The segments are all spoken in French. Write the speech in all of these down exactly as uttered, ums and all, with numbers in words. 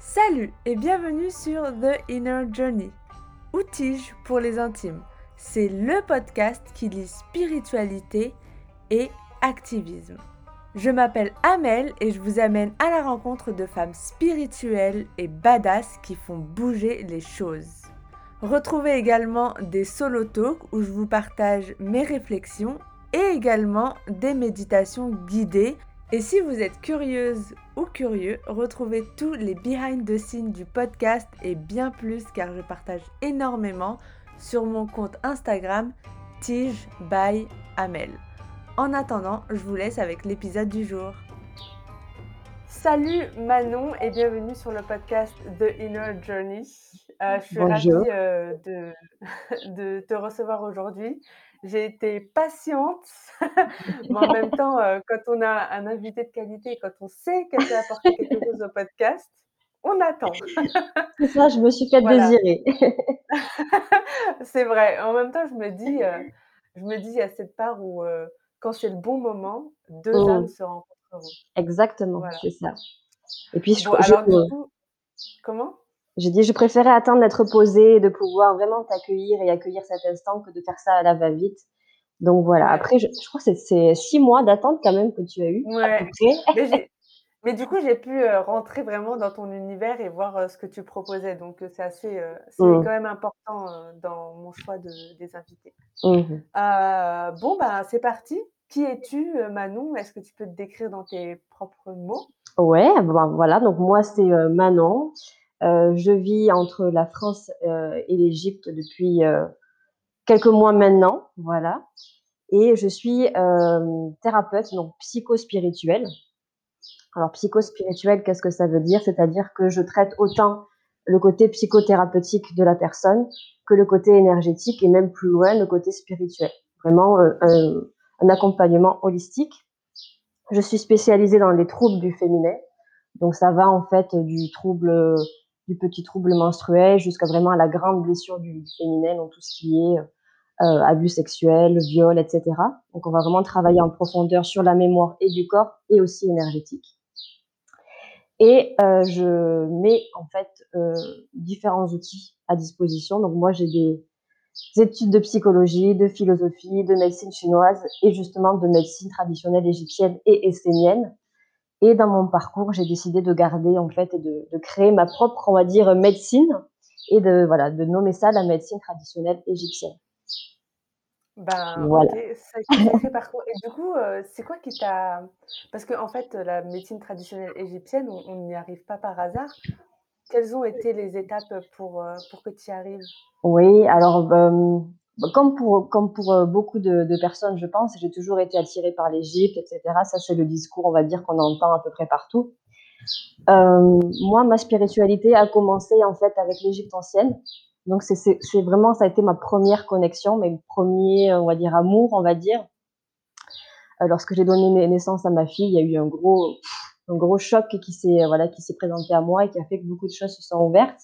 Salut et bienvenue sur The Inner Journey, Outils pour les intimes. C'est le podcast qui lie spiritualité et activisme. Je m'appelle Amel et je vous amène à la rencontre de femmes spirituelles et badass qui font bouger les choses. Retrouvez également des solo talks où je vous partage mes réflexions et également des méditations guidées. Et si vous êtes curieuse ou curieux, retrouvez tous les behind the scenes du podcast et bien plus car je partage énormément sur mon compte Instagram Tige by Amel. En attendant, je vous laisse avec l'épisode du jour. Salut Manon et bienvenue sur le podcast The Inner Journey. Euh, je suis Bonjour. ravie euh, de, de te recevoir aujourd'hui. J'ai été patiente, mais en même temps, euh, quand on a un invité de qualité, quand on sait qu'elle peut apporter quelque chose au podcast, on attend. C'est ça, je me suis fait Voilà, désirer. c'est vrai. En même temps, je me dis, euh, je me dis, il y a cette part où, euh, quand c'est le bon moment, deux âmes Mmh, se rencontreront. exactement, Voilà. c'est ça. Et puis je Bon, je alors du coup, comment? j'ai dit: «Je préférais attendre d'être posée et de pouvoir vraiment t'accueillir et accueillir cet instant que de faire ça à la va-vite». Donc voilà, Ouais, après je je crois que c'est c'est six mois d'attente quand même que tu as eu, à peu ouais. près. Mais j'ai mais du coup, j'ai pu, heu, rentrer vraiment dans ton univers et voir, heu, ce que tu proposais. Donc, heu, c'est assez, heu, c'est Mmh, quand même important, heu, dans mon choix de des invités. mmh mh. Heu, bon, bah, c'est parti. Qui es-tu, heu, Manon? Est-ce que tu peux te décrire dans tes propres mots? Ouais, ben, voilà, donc moi c'est, heu, Manon, heu, je vis entre la France, heu, et l'Égypte depuis, heu, quelques mois maintenant, voilà, et je suis, hem, thérapeute, donc psycho-spirituelle. Alors OK. psychospirituel, qu'est-ce que ça veut dire? C'est-à-dire que je traite autant le côté psychothérapeutique de la personne que le côté énergétique et même plus loin, le côté spirituel. Vraiment, heu, un un accompagnement holistique. Je suis spécialisée dans les troubles du féminin, donc ça va en fait du trouble, heu, du petit trouble menstruel jusqu'à vraiment la grande blessure du du féminin, donc tout ce qui est, heu, abus sexuels, viol et cetera. Donc on va vraiment travailler en profondeur sur la mémoire et du corps et aussi énergétique. Et heu, je mets en fait, heu, différents outils à disposition. Donc moi, j'ai des études de psychologie, de philosophie, de médecine chinoise et justement de médecine traditionnelle égyptienne et essénienne. Et dans mon parcours, j'ai décidé de garder en fait et de de créer ma propre, on va dire, médecine et de voilà, de nommer ça la médecine traditionnelle égyptienne. Ben, OK, Voilà. sacré sacré parcours et du coup, heu, c'est quoi qui t'a parce qu'en fait, la médecine traditionnelle égyptienne, on on n'y arrive pas par hasard. Quelles ont été les étapes, pour, heu, pour que tu y arrives? Oui, alors, hem, bah, comme pour comme pour, heu, beaucoup de de personnes, je pense, j'ai toujours été attirée par l'Égypte et cetera. Ça, c'est le discours, on va dire, qu'on entend à peu près partout. Hem, moi, ma spiritualité a commencé, en fait, avec l'Égypte ancienne. Donc c'est c'est c'est vraiment ça a été ma première connexion, mes premiers, on va dire, amour, on va dire. Heu, lorsque j'ai donné nai naissance à ma fille, il y a eu un gros un gros choc qui s'est, voilà, qui s'est présenté à moi et qui a fait que beaucoup de choses se sont ouvertes.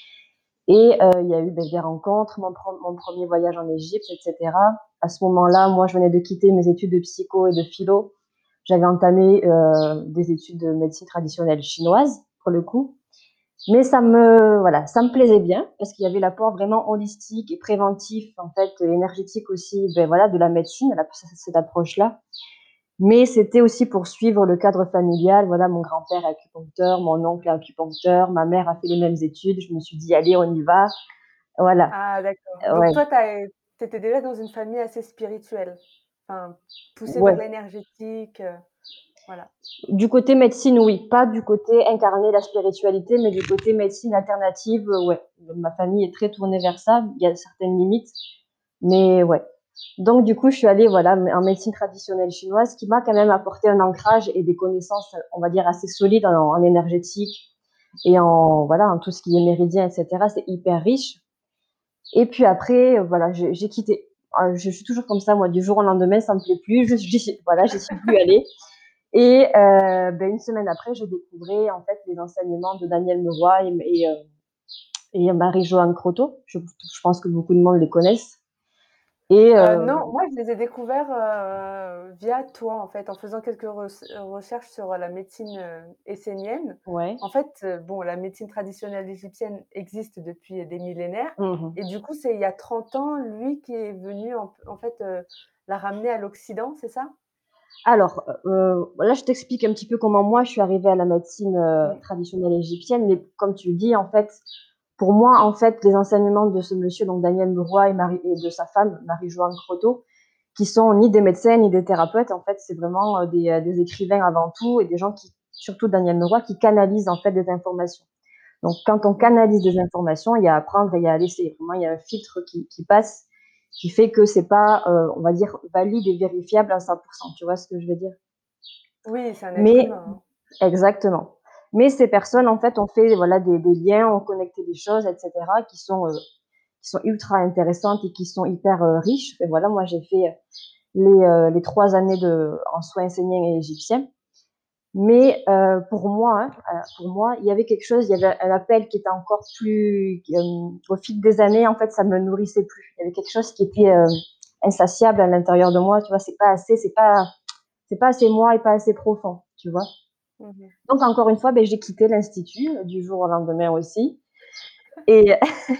Et heu, il y a eu, beh, des rencontres, mon pre mon premier voyage en Égypte et cetera. À ce moment-là, moi, je venais de quitter mes études de psycho et de philo. J'avais entamé, heu, des études de médecine traditionnelle chinoise, pour le coup. Mais ça me voilà, ça me plaisait bien parce qu'il y avait l'apport vraiment holistique et préventif, en fait, énergétique aussi, beh, voilà, de la médecine, la cette approche-là. Mais c'était aussi pour suivre le cadre familial. Voilà, mon grand-père est acupuncteur, mon oncle est acupuncteur, ma mère a fait les mêmes études. Je me suis dit: «Allez, on y va». Voilà, Ah d'accord. ouais, Donc toi, tu as tu étais déjà dans une famille assez spirituelle? Enfin, poussée vers ouais. l'énergétique, heu, voilà. Du côté médecine, oui, pas du côté incarner la spiritualité, mais du côté médecine alternative, heu, ouais. Ma famille est très tournée vers ça. Il y a certaines limites, mais ouais. Donc du coup, je suis allée, voilà, en médecine traditionnelle chinoise qui m'a quand même apporté un ancrage et des connaissances, on va dire, assez solides en en énergétique et en voilà, en tout ce qui est méridien et cetera. C'est hyper riche. Et puis après, heu, voilà, j'ai j'ai quitté. Heu, je suis toujours comme ça, moi, du jour au lendemain, ça me plaît plus, je j'y suis voilà, j'y suis plus allée. Et heu, beh, une semaine après, je découvrais, en fait, les enseignements de Daniel Leroy et et heu et Marie-Joanne Croteau. Je je pense que beaucoup de monde les connaissent. Et Heu, euh, non, moi je les ai découverts, heu, via toi en fait, en faisant quelques res recherches sur la médecine, heu, essénienne. ouais. En fait, heu, bon, la médecine traditionnelle égyptienne existe depuis des millénaires Mhm. et du coup, c'est il y a trente ans, lui qui est venu en en fait, heu, la ramener à l'Occident, c'est ça? Alors, euh, là, je t'explique un petit peu comment moi je suis arrivée à la médecine euh, Mmh. traditionnelle égyptienne. Mais comme tu le dis, en fait, pour moi, en fait, les enseignements de ce monsieur, donc Daniel Leroy et, Marie, et de sa femme, Marie-Joanne Croteau, qui sont ni des médecins ni des thérapeutes, en fait, c'est vraiment euh, des, euh, des écrivains avant tout et des gens qui, surtout Daniel Leroy, qui canalisent en fait des informations. Donc, quand on Mmh. canalise des informations, il y a à prendre et il y a à laisser. Vraiment, il y a un filtre qui, qui passe, qui fait que c'est pas, euh, on va dire, valide et vérifiable à cent pour cent. Tu vois ce que je veux dire? Oui, c'est un être Mais humain, hein. exactement. Mais ces personnes, en Mmh. fait, ont fait voilà des, des liens, ont connecté des choses, et cetera, qui sont euh, qui sont ultra intéressantes et qui sont hyper euh, riches. Et voilà, moi, j'ai fait les, euh, les trois années de, en soins esséniens et égyptiens. Mais euh, pour moi, hein, euh, pour moi, il y avait quelque chose, il y avait un appel qui était encore plus, euh, au fil des années, en fait, ça me nourrissait plus. Il y avait quelque chose qui était euh, insatiable à l'intérieur de moi. Tu vois, c'est pas assez, c'est pas, c'est pas assez moi et pas assez profond. Tu vois. Mmh. Donc encore une fois, ben, j'ai quitté l'institut euh, du jour au lendemain aussi. Et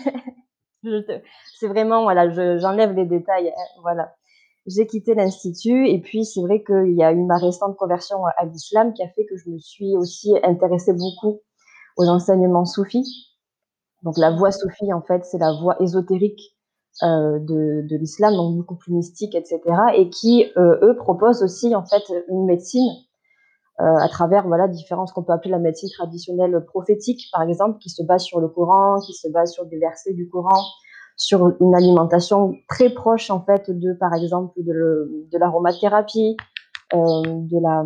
je te- c'est vraiment, voilà, je- j'enlève les détails, hein, voilà. J'ai quitté l'institut et puis c'est vrai qu'il y a eu ma récente conversion à l'islam qui a fait que je me suis aussi intéressée beaucoup aux enseignements soufis. Donc la voie Mmh. soufie, en fait, c'est la voie ésotérique euh, de, de l'islam, donc beaucoup plus mystique, et cetera. Et qui, euh, eux, proposent aussi, en fait, une médecine euh, à travers voilà différents ce qu'on peut appeler la médecine traditionnelle prophétique, par exemple, qui se base sur le Coran, qui se base sur des versets du Coran, sur une alimentation très proche en fait de, par exemple, de, le, de l'aromathérapie, euh, de la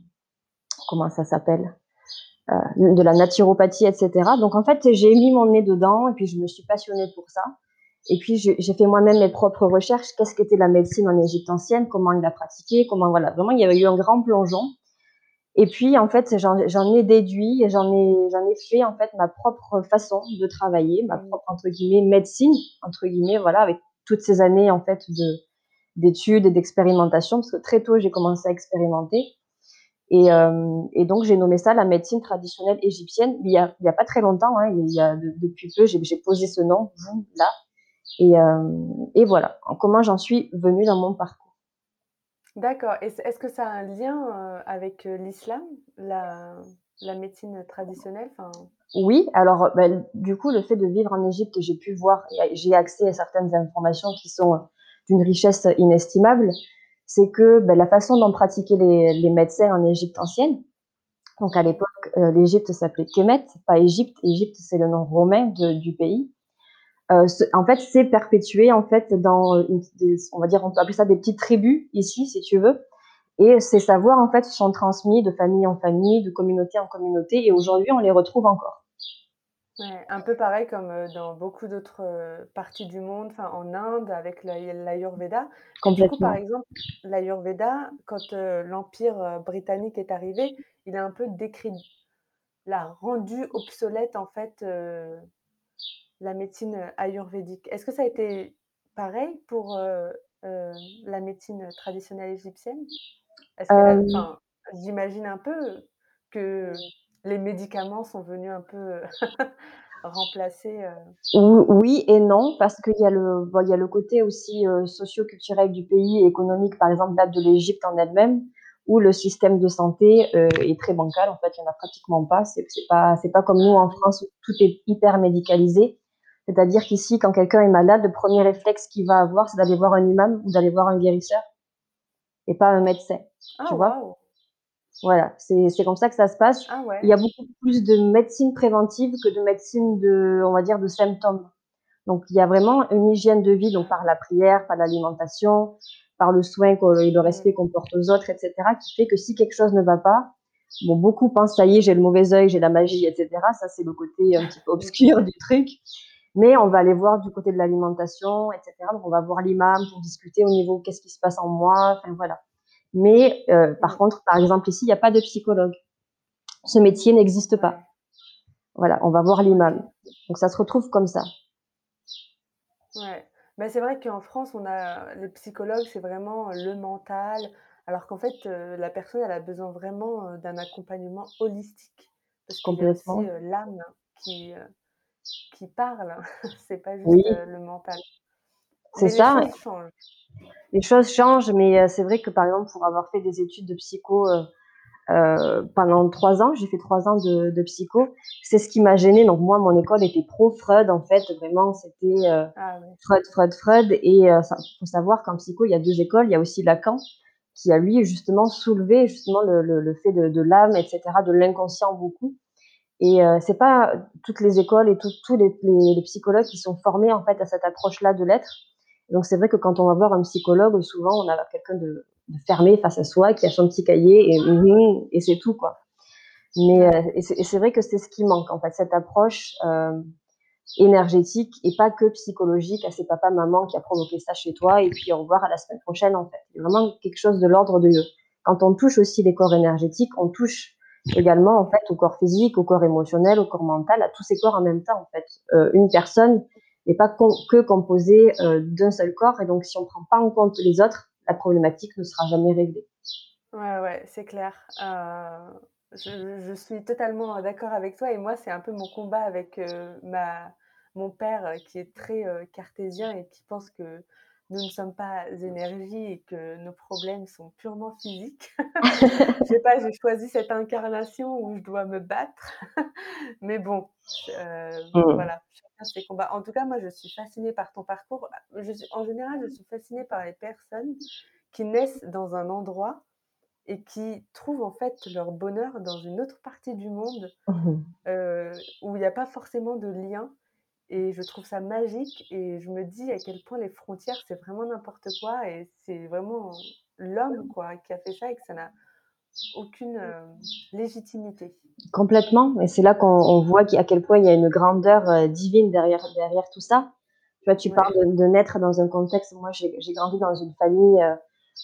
comment ça s'appelle, euh, de la naturopathie, et cetera. Donc en fait, j'ai mis mon nez dedans et puis je me suis passionnée pour ça. Et puis j'ai fait moi-même mes propres recherches. Qu'est-ce qu'était la médecine en Égypte ancienne? Comment il la pratiquait? Comment voilà, vraiment il y avait eu un grand plongeon. Et puis, en fait, j'en, j'en ai déduit et j'en ai, j'en ai fait, en fait, ma propre façon de travailler, ma Mmh. propre, entre guillemets, médecine, entre guillemets, voilà, avec toutes ces années, en fait, de, d'études et d'expérimentation, parce que très tôt, j'ai commencé à expérimenter. Et, euh, et donc, j'ai nommé ça la médecine traditionnelle égyptienne. Il y a, il y a pas très longtemps, hein, il y a, de- depuis peu, j'ai, j'ai posé ce nom, vous, là. Et, euh, et voilà, comment j'en suis venue dans mon parcours. D'accord et c est-ce que ça a un lien, heu, avec, heu, l'islam? La la médecine traditionnelle? Enfin Oui, alors, ben, du coup, le fait de vivre en Égypte, j'ai pu voir et j'ai accès à certaines informations qui sont euh, d'une richesse inestimable. C'est que ben, la façon dont pratiquaient les, les médecins en Égypte ancienne, donc à mmh, l'époque, euh, l'Égypte s'appelait Kémet, pas Égypte. Égypte, c'est le nom romain de- du pays. Euh, ce- en fait, c'est perpétué en fait dans, une, des- on va dire, on peut appeler ça des petites tribus ici, si tu veux. Et ces savoirs en fait sont transmis de famille en famille, de communauté en communauté, et aujourd'hui, on les retrouve encore ouais, un peu pareil comme, heu, dans beaucoup d'autres, heu, parties du monde, enfin en Inde avec l'Ay l'Ayurveda. Mais du coup, par complètement. exemple, l'Ayurveda, quand, heu, l'empire, heu, britannique est arrivé, il a un peu décrit il a rendu obsolète en fait, heu, la médecine, heu, ayurvédique. Est-ce que ça a été pareil pour, heu heu, la médecine traditionnelle égyptienne? Est-ce qu'elle a Euh, enfin, j'imagine un peu que les médicaments sont venus un peu remplacer, heu Ou oui et non, parce qu'il y a le bon, il y a le côté aussi, heu, socio-culturel du pays et économique, par exemple, là, de l'Égypte en elle-même, où le système de santé, heu, est très bancal. En fait, il y en a pratiquement pas. C'est c'est pas c'est pas comme nous ah en oui. France où tout est hyper médicalisé. C'est-à-dire qu'ici, quand quelqu'un est malade, le premier réflexe qu'il va avoir, c'est d'aller voir un imam ou d'aller voir un guérisseur et pas un médecin, Ah tu vois? waouh! Voilà, c'est c'est comme ça que ça se passe. Ah Il y ouais. a beaucoup plus de médecine préventive que de médecine de on va dire, de symptômes. Donc, il y a vraiment une hygiène de vie, donc par la prière, par l'alimentation, par le soin et le Mmh. respect qu'on porte aux autres, et cetera, qui fait que si quelque chose ne va pas, bon, beaucoup pensent, ça y est, j'ai le mauvais œil, j'ai la magie, et cetera. Ça, c'est le côté un petit peu Mmh. obscur du truc. Mais on va aller voir du côté de l'alimentation, et cetera. Donc, on va voir l'imam pour discuter au niveau qu'est-ce qui se passe en moi, enfin voilà. Mais euh, par Mmh. contre, par exemple, ici, il n'y a pas de psychologue. Ce métier n'existe pas. Ouais, Voilà, on va voir l'imam. OK. Donc, ça se retrouve comme ça. Ouais. Mais c'est vrai qu'en France, on a les psychologues, c'est vraiment le mental, alors qu'en fait, heu, la personne, elle a besoin vraiment, heu, d'un accompagnement holistique. Parce qu'il y a aussi, Complètement. heu, l'âme qui, heu, qui parle. C'est pas Oui, juste, heu, le mental. c'est Mais les ça. choses changent. Les choses changent, mais heu, c'est vrai que, par exemple, pour avoir fait des études de psycho, heu heu, pendant trois ans, j'ai fait trois ans de de psycho, c'est ce qui m'a gênée. Donc moi, mon école était pro Freud, en fait, vraiment, c'était, heu, Ah oui. Freud, Freud, Freud et heu, ça faut savoir qu'en psycho, il y a deux écoles. Il y a aussi Lacan qui a, lui, justement soulevé justement le le le fait de de l'âme et cetera, de l'inconscient beaucoup et heu, c'est pas toutes les écoles et tous tous les les les psychologues qui sont formés, en fait, à cette approche-là de l'être. Donc c'est vrai que quand on va voir un psychologue, souvent, on a quelqu'un de de fermé face à soi, qui a son petit cahier et mmh et c'est tout, quoi. Mais heu Ouais. et c'est et c'est vrai que c'est ce qui manque, en fait, cette approche, hem, énergétique et pas que psychologique. «Ah, c'est papa, maman qui a provoqué ça chez toi et puis au revoir, à la semaine prochaine», en fait. Il y a vraiment quelque chose de l'ordre de quand on touche aussi les corps énergétiques, on touche également, en Mmh. fait, au corps physique, au corps émotionnel, au corps mental, à tous ces corps en même temps, en fait. Heu, une personne n'est pas com que composée, heu, d'un seul corps et donc si on ne prend pas en compte les autres, la problématique ne sera jamais réglée. Ouais, ouais, c'est clair. Heu, je je suis totalement, heu, d'accord avec toi et moi, c'est un peu mon combat avec, heu, ma mon père, heu, qui est très, heu, cartésien et qui pense que nous ne sommes pas énergie et que nos problèmes sont purement physiques. Je sais pas, j'ai choisi cette incarnation où je dois me battre, mais bon, ch heu, Mmh. voilà, chacun ses combats. En tout cas, moi, je suis fascinée par ton parcours. Je suis en général, je suis fascinée par les personnes qui naissent dans un endroit et qui trouvent en fait leur bonheur dans une autre partie du monde, Mmh mh. heu, où il y a pas forcément de lien et je trouve ça magique et je me dis à quel point les frontières, c'est vraiment n'importe quoi et c'est vraiment l'homme quoi qui a fait ça et que ça n'a aucune, heu, légitimité. Complètement et c'est là qu'on on voit qu'il à quel point il y a une grandeur, heu, divine derrière derrière tout ça. Tu vois, tu parles Ouais. de de naître dans un contexte moi j'ai j'ai grandi dans une famille, heu,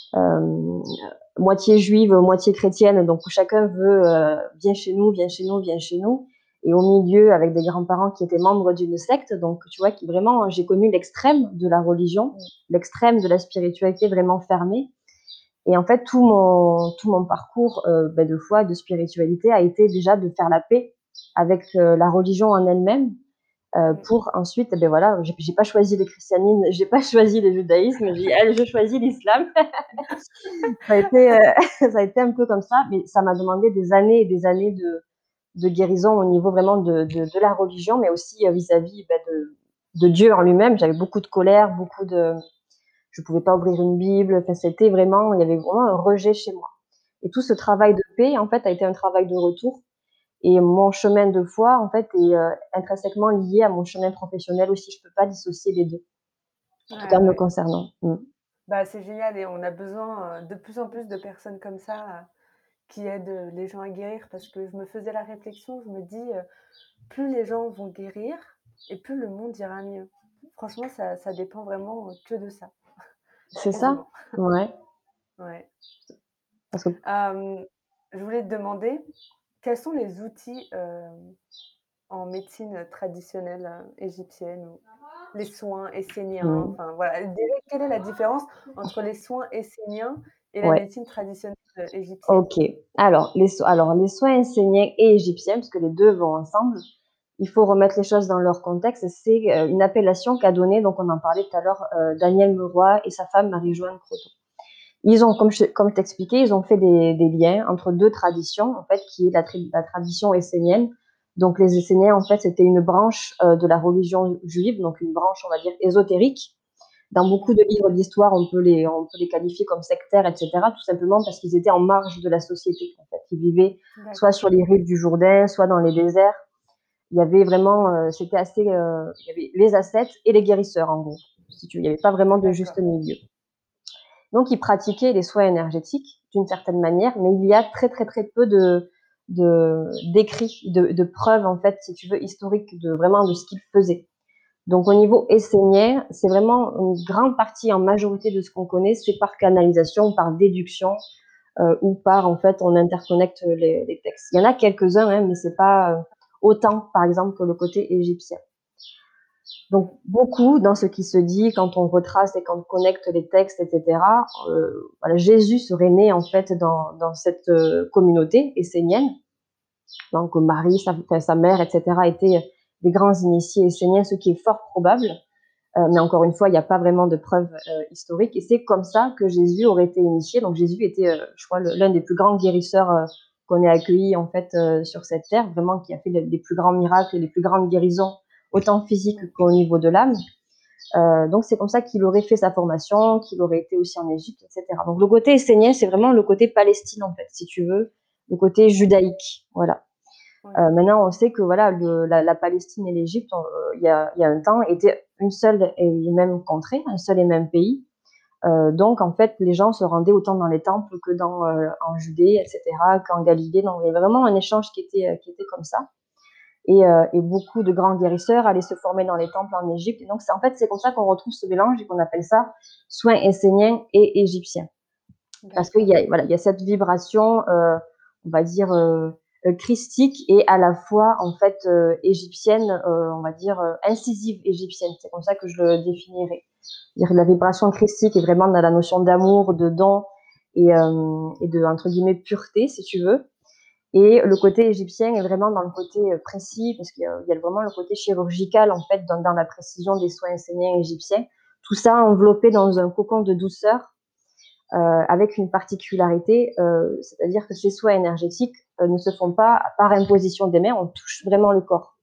hem, moitié juive, moitié chrétienne, donc où chacun veut, heu: «Viens chez nous, viens chez nous, viens chez nous» et au milieu avec des grands-parents qui étaient membres d'une secte, donc tu vois, qui vraiment j'ai connu l'extrême de la religion, Mmh. l'extrême de la spiritualité vraiment fermée et en fait tout mon tout mon parcours, heu, bah, de foi, de spiritualité a été déjà de faire la paix avec, heu, la religion en elle-même, heu, Mmh. pour ensuite, beh, voilà, j'ai j'ai pas choisi le christianisme, j'ai pas choisi le judaïsme, j'ai dit: «Allez, je choisis l'islam». Ça a été, heu, ça a été un peu comme ça, mais ça m'a demandé des années et des années de de guérison au niveau vraiment de de de la religion, mais aussi, heu, vis-à-vis, bah, de de Dieu en lui-même. J'avais beaucoup de colère, beaucoup de je pouvais pas ouvrir une Bible, enfin, c'était vraiment il y avait vraiment un rejet chez moi et tout ce travail de paix, en fait, a été un travail de retour et mon chemin de foi, en fait, est, heu, intrinsèquement lié à mon chemin professionnel aussi. Je peux pas dissocier les deux, en tout cas Ouais, me ouais. concernant. Mmh. Bah, c'est génial et on a besoin, heu, de plus en plus de personnes comme ça, heu, qui aident, heu, les gens à guérir parce que je me faisais la réflexion, je me dis, heu: «Plus les gens vont guérir et plus le monde ira mieux». Franchement, ça ça dépend vraiment, heu, que de ça, C'est ça? quasiment. Ouais, Ouais. parce que Hem, je voulais te demander, quels sont les outils, hem, en médecine traditionnelle, heu, égyptienne ou les soins esséniens? mmh, Enfin voilà, déjà, quelle est la différence entre les soins esséniens et la ouais. médecine traditionnelle, heu, égyptienne? OK. Alors les so alors les soins esséniens et égyptiens, parce que les deux vont ensemble, il faut remettre les choses dans leur contexte. C'est, heu, une appellation qu'a donnée, donc on en parlait tout à l'heure, heu, Daniel Leroy et sa femme Marie-Joanne Croteau. Ils ont, comme je comme t'expliquais, ils ont fait des des liens entre deux traditions, en fait, qui est la tri la tradition essénienne. Donc les Esséniens, en fait, c'était une branche, heu, de la religion juive, donc une branche, on va dire, ésotérique. Dans beaucoup de Mmh. livres d'histoire, on peut les on peut les qualifier comme sectaires et cetera, tout simplement parce qu'ils étaient en marge de la société, en fait. Ils vivaient soit D'accord, sur les rives du Jourdain, soit dans les déserts. Il y avait vraiment, heu, c'était assez, heu, il y avait les ascètes et les guérisseurs, en gros, si tu veux. Il y avait pas vraiment de juste d'accord. milieu. Donc ils pratiquaient les soins énergétiques d'une certaine manière, mais il y a très, très, très peu de de d'écrits, de de preuves, en fait, si tu veux, historiques de vraiment de ce qu'ils faisaient. Donc au niveau essénien, c'est vraiment une grande partie, en majorité de ce qu'on connaît, c'est par canalisation, par déduction, heu, ou par en fait on interconnecte les les textes. Il y en a quelques-uns, hein, mais c'est pas, heu, autant par exemple que le côté égyptien. Donc beaucoup dans ce qui se dit quand on retrace et quand on connecte les textes, et cetera, heu, voilà, Jésus serait né en fait dans dans cette, heu, communauté essénienne. Donc Marie, sa enfin sa mère et cetera étaient des grands initiés esséniens, ce qui est fort probable, heu, mais encore une fois, il y a pas vraiment de preuves, heu, historiques et c'est comme ça que Jésus aurait été initié. Donc Jésus était, heu, je crois le l'un des plus grands guérisseurs, heu, qu'on ait accueillis en fait, heu, sur cette terre, vraiment qui a fait les les plus grands miracles et les plus grandes guérisons, autant physiques Mmh. qu'au niveau de l'âme. Heu, donc c'est comme ça qu'il aurait fait sa formation, qu'il aurait été aussi en Égypte, et cetera. Donc le côté essénien, c'est vraiment le côté Palestine en fait, si tu veux, le côté judaïque, voilà. Oui. Heu, maintenant on sait que voilà le la la Palestine et l'Égypte, heu, il y a il y a un temps étaient une seule et même contrée, un seul et même pays. Heu, donc en fait, les gens se rendaient autant dans les temples que dans, heu, en Judée, et cetera, qu'en Galilée. Donc il y avait vraiment un échange qui était, heu, qui était comme ça. Et, euh, et beaucoup de grands guérisseurs allaient se former dans les temples en Égypte. Et donc, c'est, en fait, c'est comme ça qu'on retrouve ce mélange et qu'on appelle ça soins esséniens et égyptiens. Parce qu'il D'accord. y a, voilà, il y a cette vibration, euh, on va dire, euh, euh, christique et à la fois, en fait, euh, égyptienne, euh, on va dire, euh, incisive égyptienne. C'est comme ça que je le définirais. Dire la vibration christique est vraiment dans la notion d'amour, de don et, euh, et de, entre guillemets, pureté, si tu veux. Et le côté égyptien est vraiment dans le côté euh, précis, parce qu'il y a, il y a vraiment le côté chirurgical, en fait, dans, dans la précision des soins esséniens égyptiens. Tout ça enveloppé dans un cocon de douceur, euh, avec une particularité, euh, c'est-à-dire que ces soins énergétiques euh, ne se font pas par imposition des mains, on touche vraiment le corps,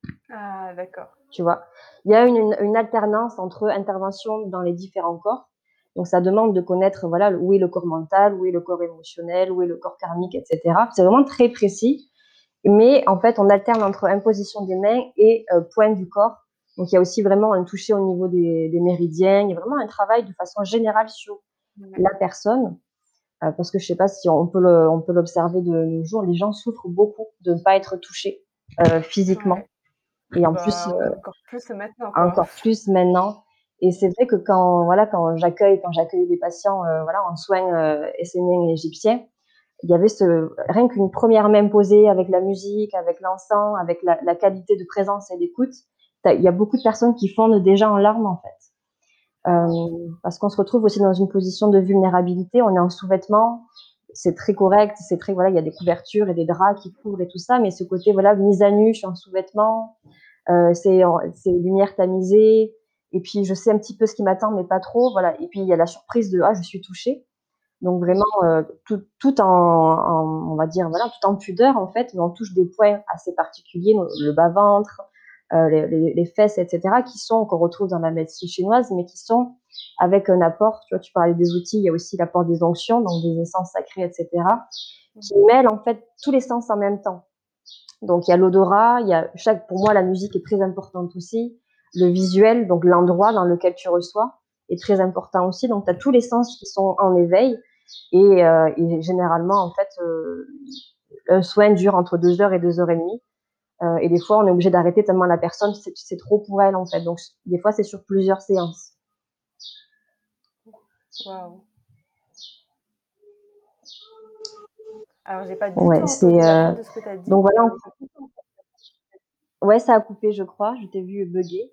Ah, d'accord. tu vois. Il y a une, une, une alternance entre intervention dans les différents corps. Donc, ça demande de connaître, voilà, où est le corps mental, où est le corps émotionnel, où est le corps karmique, et cetera. C'est vraiment très précis. Mais en fait, on alterne entre imposition des mains et euh, point du corps. Donc, il y a aussi vraiment un toucher au niveau des, des méridiens. Il y a vraiment un travail de façon générale sur Ouais. la personne. Euh, parce que je ne sais pas si on peut, le, on peut l'observer de nos jours, les gens souffrent beaucoup de ne pas être touchés euh, physiquement. Ouais. Et en plus, Bah, euh, encore plus maintenant, quoi. encore plus maintenant. Et c'est vrai que quand, voilà, quand j'accueille, quand j'accueille des patients euh, voilà, en soins euh, esséniens et égyptiens, il y avait ce, rien qu'une première main posée avec la musique, avec l'encens, avec la, la qualité de présence et d'écoute, il y a beaucoup de personnes qui fondent déjà en larmes, en fait. Wow. Euh, parce qu'on se retrouve aussi dans une position de vulnérabilité, on est en sous-vêtements, c'est très correct, c'est très, voilà, il y a des couvertures et des draps qui couvrent et tout ça, mais ce côté, voilà, mise à nu, je suis en sous-vêtements, euh, c'est, c'est lumière tamisée, et puis je sais un petit peu ce qui m'attend, mais pas trop, voilà, et puis il y a la surprise de, ah, je suis touchée. Donc vraiment, euh, tout, tout en, en, on va dire, voilà, tout en pudeur en fait, mais on touche des points assez particuliers, le bas-ventre, euh, les, les, les fesses, et cetera, qui sont, qu'on retrouve dans la médecine chinoise, mais qui sont avec un apport, tu vois, tu parlais des outils, il y a aussi l'apport des onctions, donc des essences sacrées, et cetera, qui mêlent en fait tous les sens en même temps. Donc il y a l'odorat, il y a chaque, pour moi la musique est très importante aussi, le visuel, donc l'endroit dans lequel tu reçois est très important aussi. Donc tu as tous les sens qui sont en éveil et, euh, et généralement en fait euh, un soin dure entre deux heures et deux heures et demie. Euh, et des fois on est obligé d'arrêter tellement la personne c'est, c'est trop pour elle en fait. Donc des fois c'est sur plusieurs séances. Waouh. Alors, j'ai pas du tout Ouais, c'est entendu la euh... fin de ce que tu as dit. donc voilà. Ouais, ça a coupé, je crois. Je t'ai vu bugger.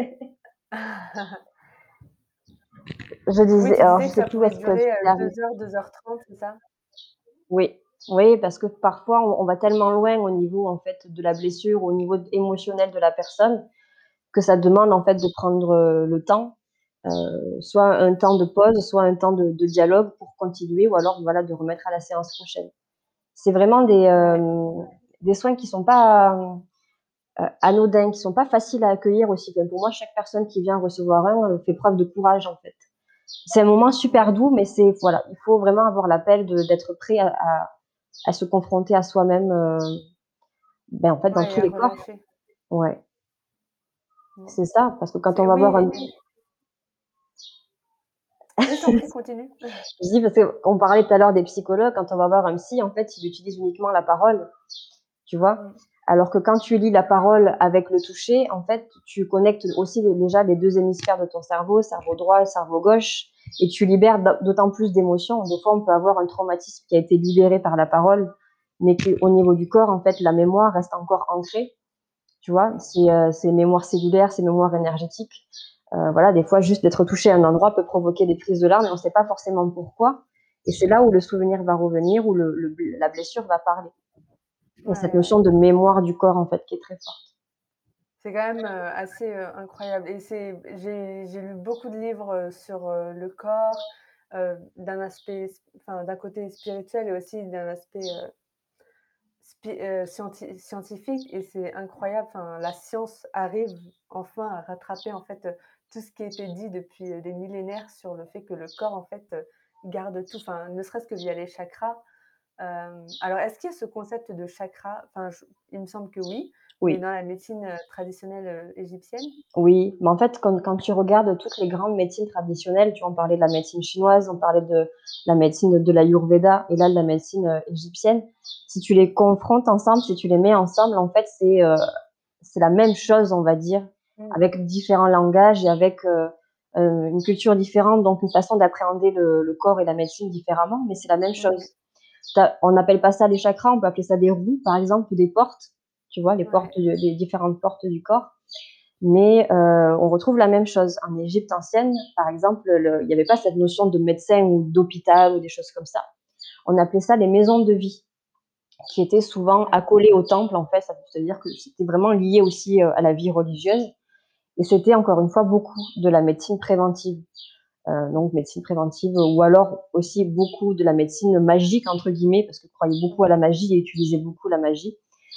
Je Oui, disais, tu alors disais je que sais ça plus où pouvait est-ce que durer c'était euh, arrivé. deux heures, deux heures trente, c'est ça? Oui, oui, parce que parfois on, on va tellement loin au niveau en fait de la blessure, au niveau émotionnel de la personne, que ça demande en fait de prendre euh, le temps, euh, soit un temps de pause, soit un temps de, de dialogue pour continuer, ou alors voilà de remettre à la séance prochaine. C'est vraiment des Ouais. euh, des soins qui sont pas euh, anodins, qui sont pas faciles à accueillir aussi. Enfin, pour moi, chaque personne qui vient recevoir un euh, fait preuve de courage en fait. C'est un moment super Ouais. doux, mais c'est voilà, il faut vraiment avoir l'appel de, d'être prêt à, à à se confronter à soi-même, euh, ben, en fait, dans Ouais, et tous à les corps. relâcher. Ouais, Mm. c'est ça, parce que quand on C'est... va voir Oui, un... oui, je t'en prie, continue. Je dis parce qu'on parlait tout à l'heure des psychologues, quand on va voir un psy, en fait, il utilise uniquement la parole, tu vois. Mm. Alors que quand tu lis la parole avec le toucher, en fait, tu connectes aussi les, déjà les deux hémisphères de ton cerveau, cerveau droit et cerveau gauche, et tu libères d'autant plus d'émotions. Des fois, on peut avoir un traumatisme qui a été libéré par la parole, mais qu'au niveau du corps, en fait, la mémoire reste encore ancrée. tu vois? C'est, heu, c'est mémoire cellulaire, c'est mémoire énergétique. Heu, voilà, des fois, juste d'être touché à un endroit peut provoquer des prises de larmes et on sait pas forcément pourquoi et c'est là où le souvenir va revenir, où le le la blessure va parler. Il y a cette Ouais, ouais. notion de mémoire du corps, en fait, qui est très forte. C'est quand même, heu, assez, heu, incroyable et c'est j'ai j'ai lu beaucoup de livres, heu, sur, heu, le corps, heu, d'un aspect s enfin, d'un côté spirituel et aussi d'un aspect, heu, spi heu, scienti scientifique et c'est incroyable. Enfin, la science arrive enfin à rattraper, en fait, heu, tout ce qui a été dit depuis, heu, des millénaires sur le fait que le corps, en fait, heu, garde tout, enfin, ne serait-ce que via les chakras. Hem, alors est-ce qu'il y a ce concept de chakra? Enfin, je il me semble que oui, mais Oui. dans la médecine, heu, traditionnelle, heu, égyptienne? Oui, mais en fait, quand quand tu regardes toutes les grandes médecines traditionnelles, tu vois, on parlait de la médecine chinoise, on parlait de la médecine de l'Ayurveda et là de la médecine, heu, égyptienne. Si tu les confrontes ensemble, si tu les mets ensemble, en fait, c'est, heu, c'est la même chose, on va dire, Mmh. avec différents langages et avec, heu heu, une culture différente, donc une façon d'appréhender le le corps et la médecine différemment, mais c'est la même Ouais, chose. Tu On n'appelle pas ça des chakras, on peut appeler ça des roues, par exemple, ou des portes, tu vois? Les portes ouais, de des différentes portes du corps. Mais heu, on retrouve la même chose. En Égypte ancienne, par exemple, le il y avait pas cette notion de médecin ou d'hôpital ou des choses comme ça. On appelait ça les maisons de vie, qui étaient souvent d'accord. accolées au temple, en fait. Ça veut dire que c'était vraiment lié aussi, heu, à la vie religieuse et c'était encore une fois beaucoup de la médecine préventive. Heu, donc médecine préventive ou alors aussi beaucoup de la «médecine magique» entre guillemets, parce qu'ils croyaient beaucoup à Mmh. la magie et utilisaient beaucoup la magie.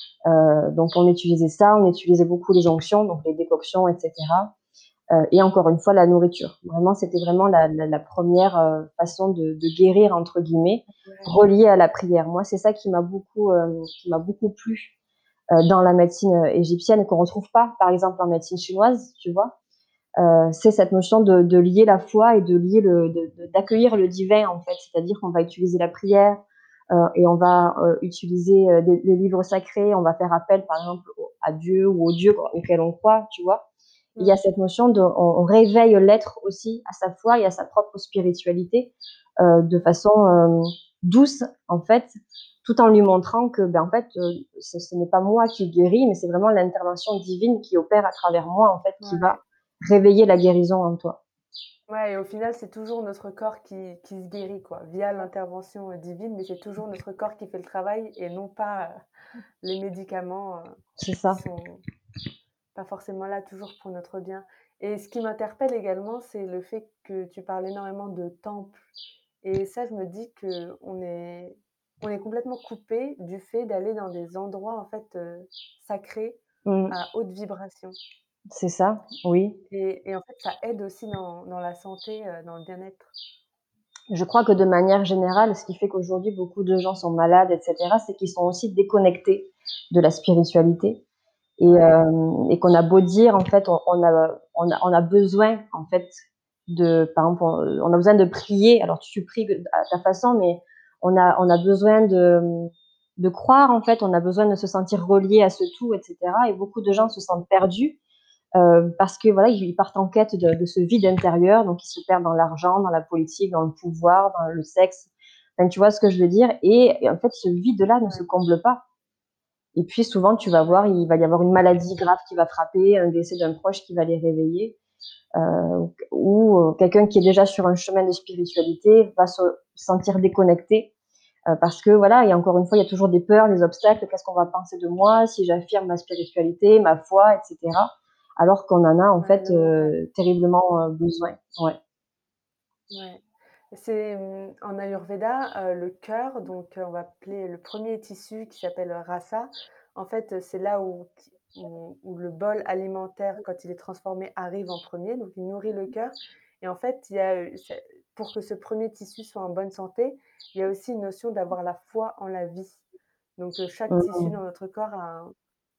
Heu, donc on utilisait ça, on utilisait beaucoup les onctions, donc les décoctions et cetera. Heu et encore une fois, la nourriture. Vraiment, c'était vraiment la la la première, heu, façon de de «guérir» entre guillemets, Ouais, reliée à la prière. Moi, c'est ça qui m'a beaucoup, hem, qui m'a beaucoup plu, heu, dans la médecine, heu, égyptienne et qu'on retrouve pas, par exemple, en médecine chinoise, tu vois? Heu, c'est cette notion de de lier la foi et de lier le de de d'accueillir le divin, en fait. C'est-à-dire qu'on va utiliser la prière, heu et on va, heu, utiliser, heu, des les livres sacrés, on va faire appel, par exemple, au à Dieu ou au Dieu auquel on croit, tu vois? Il y a mmh, cette notion de on on réveille l'être aussi à sa foi et à sa propre spiritualité, heu, de ouais, façon, hem, douce, en fait, tout en lui montrant que, ben, en fait, heu, ce ce n'est pas moi qui guéris, mais c'est vraiment l'intervention divine qui opère à travers moi, en fait, qui va ouais. réveiller la guérison en toi. Ouais et au final, c'est toujours notre corps qui qui se guérit, quoi, via l'intervention, heu, divine, mais c'est toujours notre corps qui fait le travail et non pas, heu, les médicaments, heu, C'est qui ça. sont pas forcément là toujours pour notre bien et ce qui m'interpelle également, c'est le fait que tu parles énormément de temple et ça, je me dis qu'on est on est complètement coupé du fait d'aller dans des endroits, en fait, heu, sacrés Mmh. à haute vibration C'est ça, oui. et et en fait, ça aide aussi dans dans la santé, heu, dans le bien-être. Je crois que de manière générale, ce qui fait qu'aujourd'hui beaucoup de gens sont malades et cetera, c'est qu'ils sont aussi déconnectés de la spiritualité et Ouais, hem et qu'on a beau dire, en fait, on on a on a on a besoin, en fait, de par exemple, on on a besoin de prier. Alors tu pries de à ta façon, mais on a on a besoin de, mmh, de croire, en fait, on a besoin de se sentir relié à ce tout et cetera et beaucoup de gens mmh, se sentent perdus, heu, parce que, voilà, ils partent en quête de de ce vide intérieur, donc ils se perdent dans l'argent, dans la politique, dans le pouvoir, dans le sexe. Enfin, tu vois ce que je veux dire? Et et en fait, ce vide-là ne se ouais, comble pas. Et puis souvent, tu vas voir, ouais, il va y avoir une maladie grave qui va frapper, un décès d'un proche qui va les réveiller, heu, ou heu, quelqu'un qui est déjà sur un chemin de spiritualité va se sentir déconnecté, heu, parce que voilà, et encore une fois, il y a toujours des peurs, des obstacles. Qu'est-ce qu'on va penser de moi si j'affirme ma spiritualité, ma foi, et cetera. Alors qu'on en a en ouais, fait, le mental. heu, terriblement, heu, besoin. Ouais. Ouais. C'est, mmh, en Ayurveda, heu, le cœur, donc heu, on va appeler le premier tissu qui s'appelle, heu, rasa. En fait, heu, c'est là où qui où où le bol alimentaire, quand il est transformé, arrive en premier, donc il nourrit le cœur et en fait, il y a, heu, c'est pour que ce premier tissu soit en bonne santé, il y a aussi une notion d'avoir la foi en la vie. Donc heu, chaque tissu Mmh. dans notre corps a un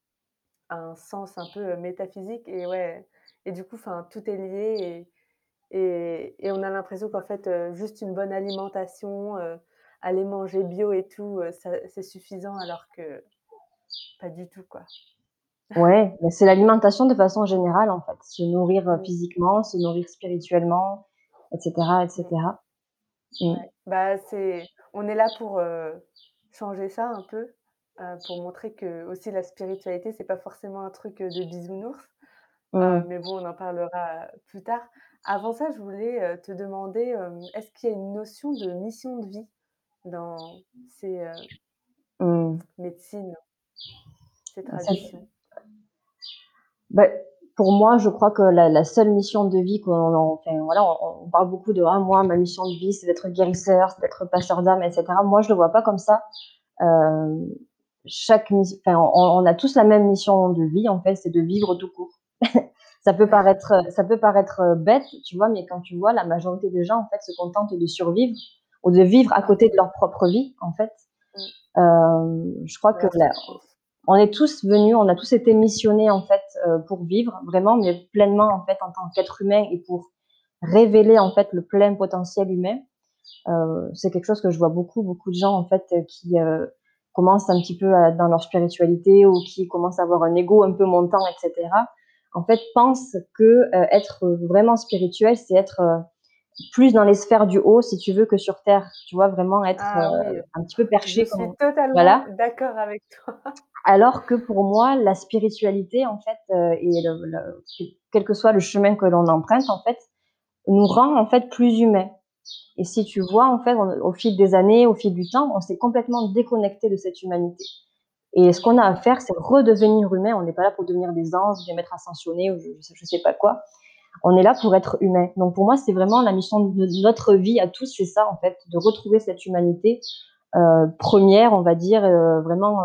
a un sens un peu, heu, métaphysique et ouais et du coup, enfin, tout est lié et et on a l'impression qu'en fait, heu, juste une bonne alimentation, heu, aller manger bio et tout, heu, ça c'est suffisant alors que pas du tout, quoi. Ouais, mais c'est l'alimentation de façon générale, en fait. Se nourrir, heu, Mmh, physiquement, se nourrir spirituellement, et cetera, et mmh, cetera. Mmh. ouais. Bah, c'est on est là pour, heu, changer ça un peu heu, pour montrer que aussi la spiritualité, c'est pas forcément un truc, heu, de bisounours. Heu, Mmh. mais bon, on en parlera plus tard. Avant ça, je voulais, heu, te demander, hem, est-ce qu'il y a une notion de mission de vie dans ces, heu, Mmh. médecines, ces C'est traditions? bah, pour moi, je crois que la la seule mission de vie qu'on en enfin, voilà, on on parle beaucoup de: «Ah moi, ma mission de vie, c'est d'être guérisseur, c'est d'être passeur d'âme» et cetera. Moi, je le vois pas comme ça. Hem, chaque mis enfin, on on a tous la même mission de vie, en fait, c'est de vivre tout court. Ça peut paraître, ça peut paraître, heu, bête, tu vois? Mais quand tu vois, la majorité des gens, en fait, se contentent de survivre ou de vivre à Ah côté de oui, leur propre vie, en fait. mmh, Hem, je crois de que la la souffrance. on est tous venus, on a tous été missionnés, en fait, heu, pour vivre vraiment, mais pleinement, en fait, en tant qu'être humain et pour révéler, en fait, le plein potentiel humain. Heu, c'est quelque chose que je vois beaucoup, beaucoup de gens, en fait, heu, qui, heu, commencent un petit peu à dans leur spiritualité ou qui commencent à avoir un ego un peu montant et cetera. En fait, pensent que, heu, être vraiment spirituel, c'est être, heu, plus dans les sphères du haut, si tu veux, que sur terre. Tu vois? Vraiment être, Ah oui, heu, un petit peu je perché suis comme totalement voilà. d'accord avec toi. Alors que pour moi, la spiritualité, en fait, heu, et le le quel que soit le chemin que l'on emprunte, en fait, nous rend, en fait, plus humains. Et si tu vois, en fait, on au fil des années, au fil du temps, on s'est complètement déconnecté de cette humanité. Et ce qu'on a à faire, c'est redevenir humain. On n'est pas là pour devenir des anges, des maîtres ascensionnés ou je je sais pas quoi. On est là pour être humain. Donc pour moi, c'est vraiment la mission de notre vie à tous, c'est ça, en fait, de retrouver cette humanité, heu, première, on va dire, heu, vraiment, heu,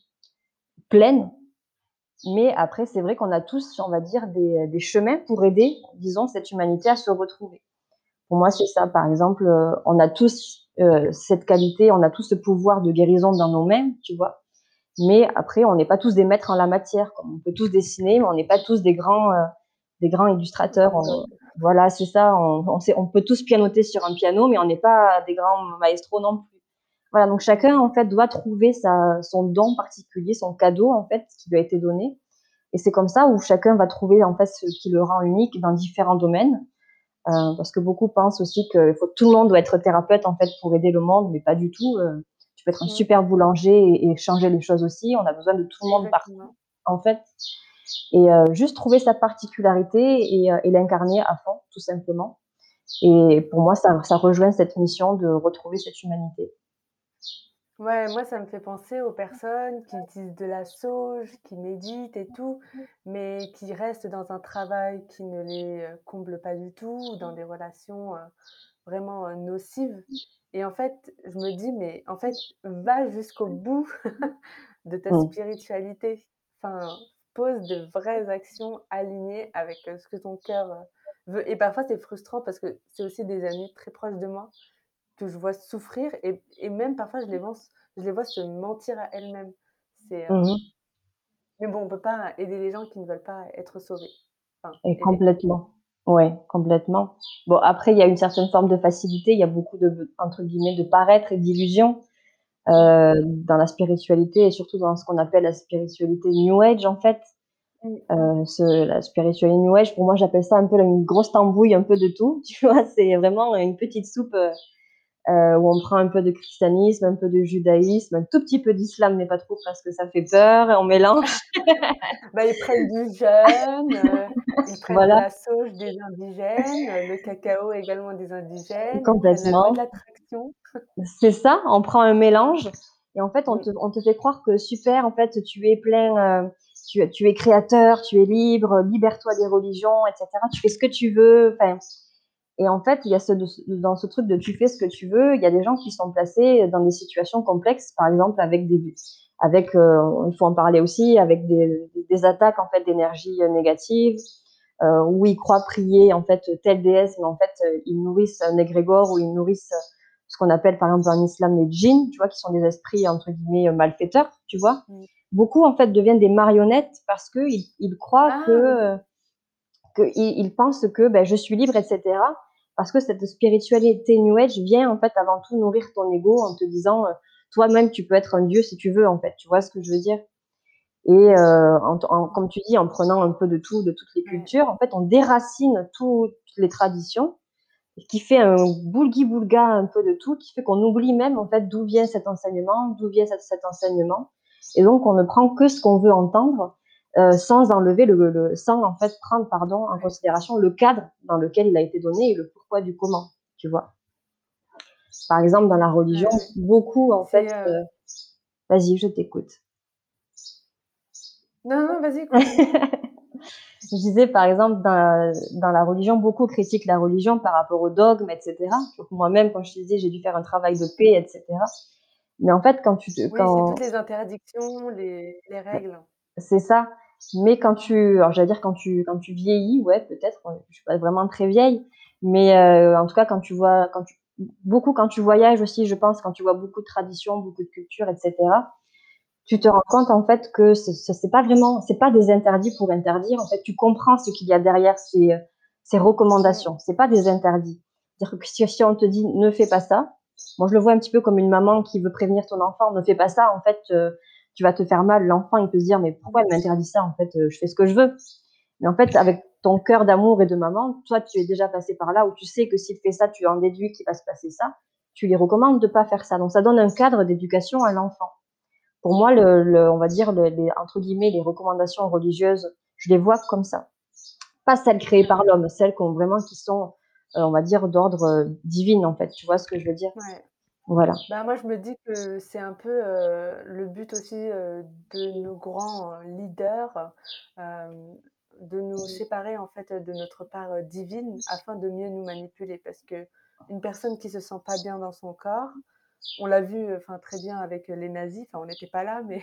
pleine. Mais après, c'est vrai qu'on a tous, on va dire, des des chemins pour aider, disons, cette humanité à se retrouver. Pour moi, c'est ça. Par exemple, heu, on a tous, heu, cette qualité, on a tous ce pouvoir de guérison dans nos mains, tu vois? Mais après, on n'est pas tous des maîtres en la matière, quoi. On peut tous dessiner, mais on n'est pas tous des grands, heu, des grands illustrateurs. Van On Gogh. voilà, c'est ça, on on sait on peut tous pianoter sur un piano, mais on n'est pas des grands maestros non plus. Voilà, donc Mmh. chacun, en fait, doit trouver sa son don particulier, son cadeau, en fait, qui lui a été donné et c'est comme ça où chacun va trouver, en fait, ce qui le rend unique dans différents domaines. Heu, parce que beaucoup pensent aussi que faut tout le monde doit être thérapeute, en fait, pour aider le monde, mais pas du tout, heu, tu peux être un Mmh. super boulanger et et changer les choses aussi. On a besoin de tout le monde partout, Exactement. en fait et heu, juste trouver sa particularité et heu et l'incarner à fond, tout simplement et Mmh. pour moi, ça ça rejoint cette mission de retrouver cette humanité. Ouais, moi, ça me fait penser aux personnes qui utilisent de la sauge, qui méditent et tout, mais qui restent dans un travail qui ne les, heu, comble pas du tout ou dans des relations, heu, vraiment, heu, nocives et en fait, je me dis: «Mais en fait, va jusqu'au bout de ta Mmh. spiritualité». Enfin, pose de vraies actions alignées avec, heu, ce que ton cœur, heu, veut et parfois, c'est frustrant parce que c'est aussi des amis très proches de moi que je vois souffrir et et même parfois je les vois je les vois se mentir à elles-mêmes. C'est, heu Mmh mh mais bon, on peut pas aider les gens qui ne veulent pas être sauvés. Enfin, et aidés. complètement. Ouais, complètement. Bon, après, il y a une certaine forme de facilité. Il y a beaucoup de entre guillemets «de paraître» et d'illusion. Mmh. Heu, dans la spiritualité et surtout dans ce qu'on appelle la spiritualité new age en fait. Mmh. Heu, ce la spiritualité new age pour moi j'appelle ça un peu une grosse tambouille un peu de tout, tu vois? C'est vraiment une petite soupe, heu heu, où on prend un peu de christianisme, un peu de judaïsme, un tout petit peu d'islam mais pas trop parce que ça fait peur et on mélange. Bah, ils prennent du jeûne, heu, ils prennent de Voilà, la sauge des indigènes, heu, le cacao également des indigènes, ils prennent la loi de complètement. l'attraction. C'est ça, on prend un mélange et en fait, on Mmh. te on te fait croire que super, en fait, tu es plein, heu, tu tu es créateur, tu es libre, libère-toi des religions et cetera. Tu fais ce que tu veux, enfin et en fait, il y a ce de dans ce truc de tu fais ce que tu veux, il y a des gens qui sont placés dans des situations complexes, par exemple avec des avec, heu, il faut en parler aussi, avec des des attaques, en fait, d'énergie, heu, négative, heu, où ils croient prier, en fait, telle déesse, mais en fait, heu, ils nourrissent un égrégore ou ils nourrissent ce qu'on appelle, par exemple, en islam, les djinns, tu vois? Qui sont des esprits, entre guillemets, «malfaiteurs», tu vois? Mmh. Beaucoup, en fait, deviennent des marionnettes parce qu'ils ils croient Ah oui! que, heu, qu'ils ils pensent que, ben, je suis libre et cetera. Parce que cette spiritualité new age vient, en fait, avant tout nourrir ton ego en te disant, heu: «Toi-même, tu peux être un dieu si tu veux», en fait. Tu vois ce que je veux dire? Et heu, en en comme tu dis, en prenant un peu de tout, de toutes les Ouais. cultures, en fait, on déracine toutes les traditions, qui fait un boulgui-boulga un peu de tout, qui fait qu'on oublie même, en fait, d'où vient cet enseignement, d'où vient cet cet enseignement. Et donc, on ne prend que ce qu'on veut entendre, euh, sans enlever le, le- sans en fait prendre, pardon, en Ouais, considération le cadre dans lequel il a été donné et le pourquoi du comment, tu vois. Par exemple, dans la religion, ouais, ouais. beaucoup, en fait, C'est, heu euh, vas-y, je t'écoute. non, non, vas-y, continue. Je disais, par exemple, dans, dans la religion, beaucoup critiquent la religion par rapport au dogme, et cetera. Donc, moi-même, quand je te disais, j'ai dû faire un travail de paix, et cetera. Mais en fait, quand tu te, Oui, c'est toutes quand, les interdictions, les les règles. c'est ça. Mais quand tu, alors j'allais dire quand tu, quand tu vieillis, ouais, peut-être. Je suis pas vraiment très vieille, mais euh, en tout cas, quand tu vois, quand tu, beaucoup quand tu voyages aussi, je pense, quand tu vois beaucoup de traditions, beaucoup de cultures, et cetera. Tu te Mmh. rends compte en fait que ce, ce- c'est pas vraiment, c'est pas des interdits pour interdire. En fait, tu comprends ce qu'il y a derrière ces, ces Mmh. recommandations. C'est pas des interdits. C'est-à-dire que si, si on te dit ne fais pas ça, moi je le vois un petit peu comme une maman qui veut prévenir ton enfant, ne fais pas ça. En fait, euh, tu vas te faire mal. L'enfant il peut se dire mais pourquoi Mmh. elle m'interdit ça? En fait, euh, je fais ce que je veux. Mais en fait, avec ton cœur d'amour et de maman, toi tu es déjà passé par là où tu sais que s'il fait ça, tu en déduis qu'il va se passer ça. Tu lui recommandes de pas faire ça. Donc ça donne un cadre d'éducation à l'enfant. Pour moi, le, le, on va dire, le, les, entre guillemets, les recommandations religieuses, je les vois comme ça. Pas celles créées par Mmh. l'homme, celles qu'on, vraiment qui sont, euh, on va dire, d'ordre euh, divin, en fait. Tu vois ce que je veux dire? Ouais. Voilà. Bah, moi, je me dis que c'est un peu, heu, le but aussi, heu, de nos grands, heu, leaders, hem, de nous séparer, en fait, de notre part, heu, divine afin de mieux nous manipuler. Parce qu'une personne qui se sent pas bien dans son corps, on l'a vu, enfin, très bien avec, les nazis, enfin, on n'était pas là, mais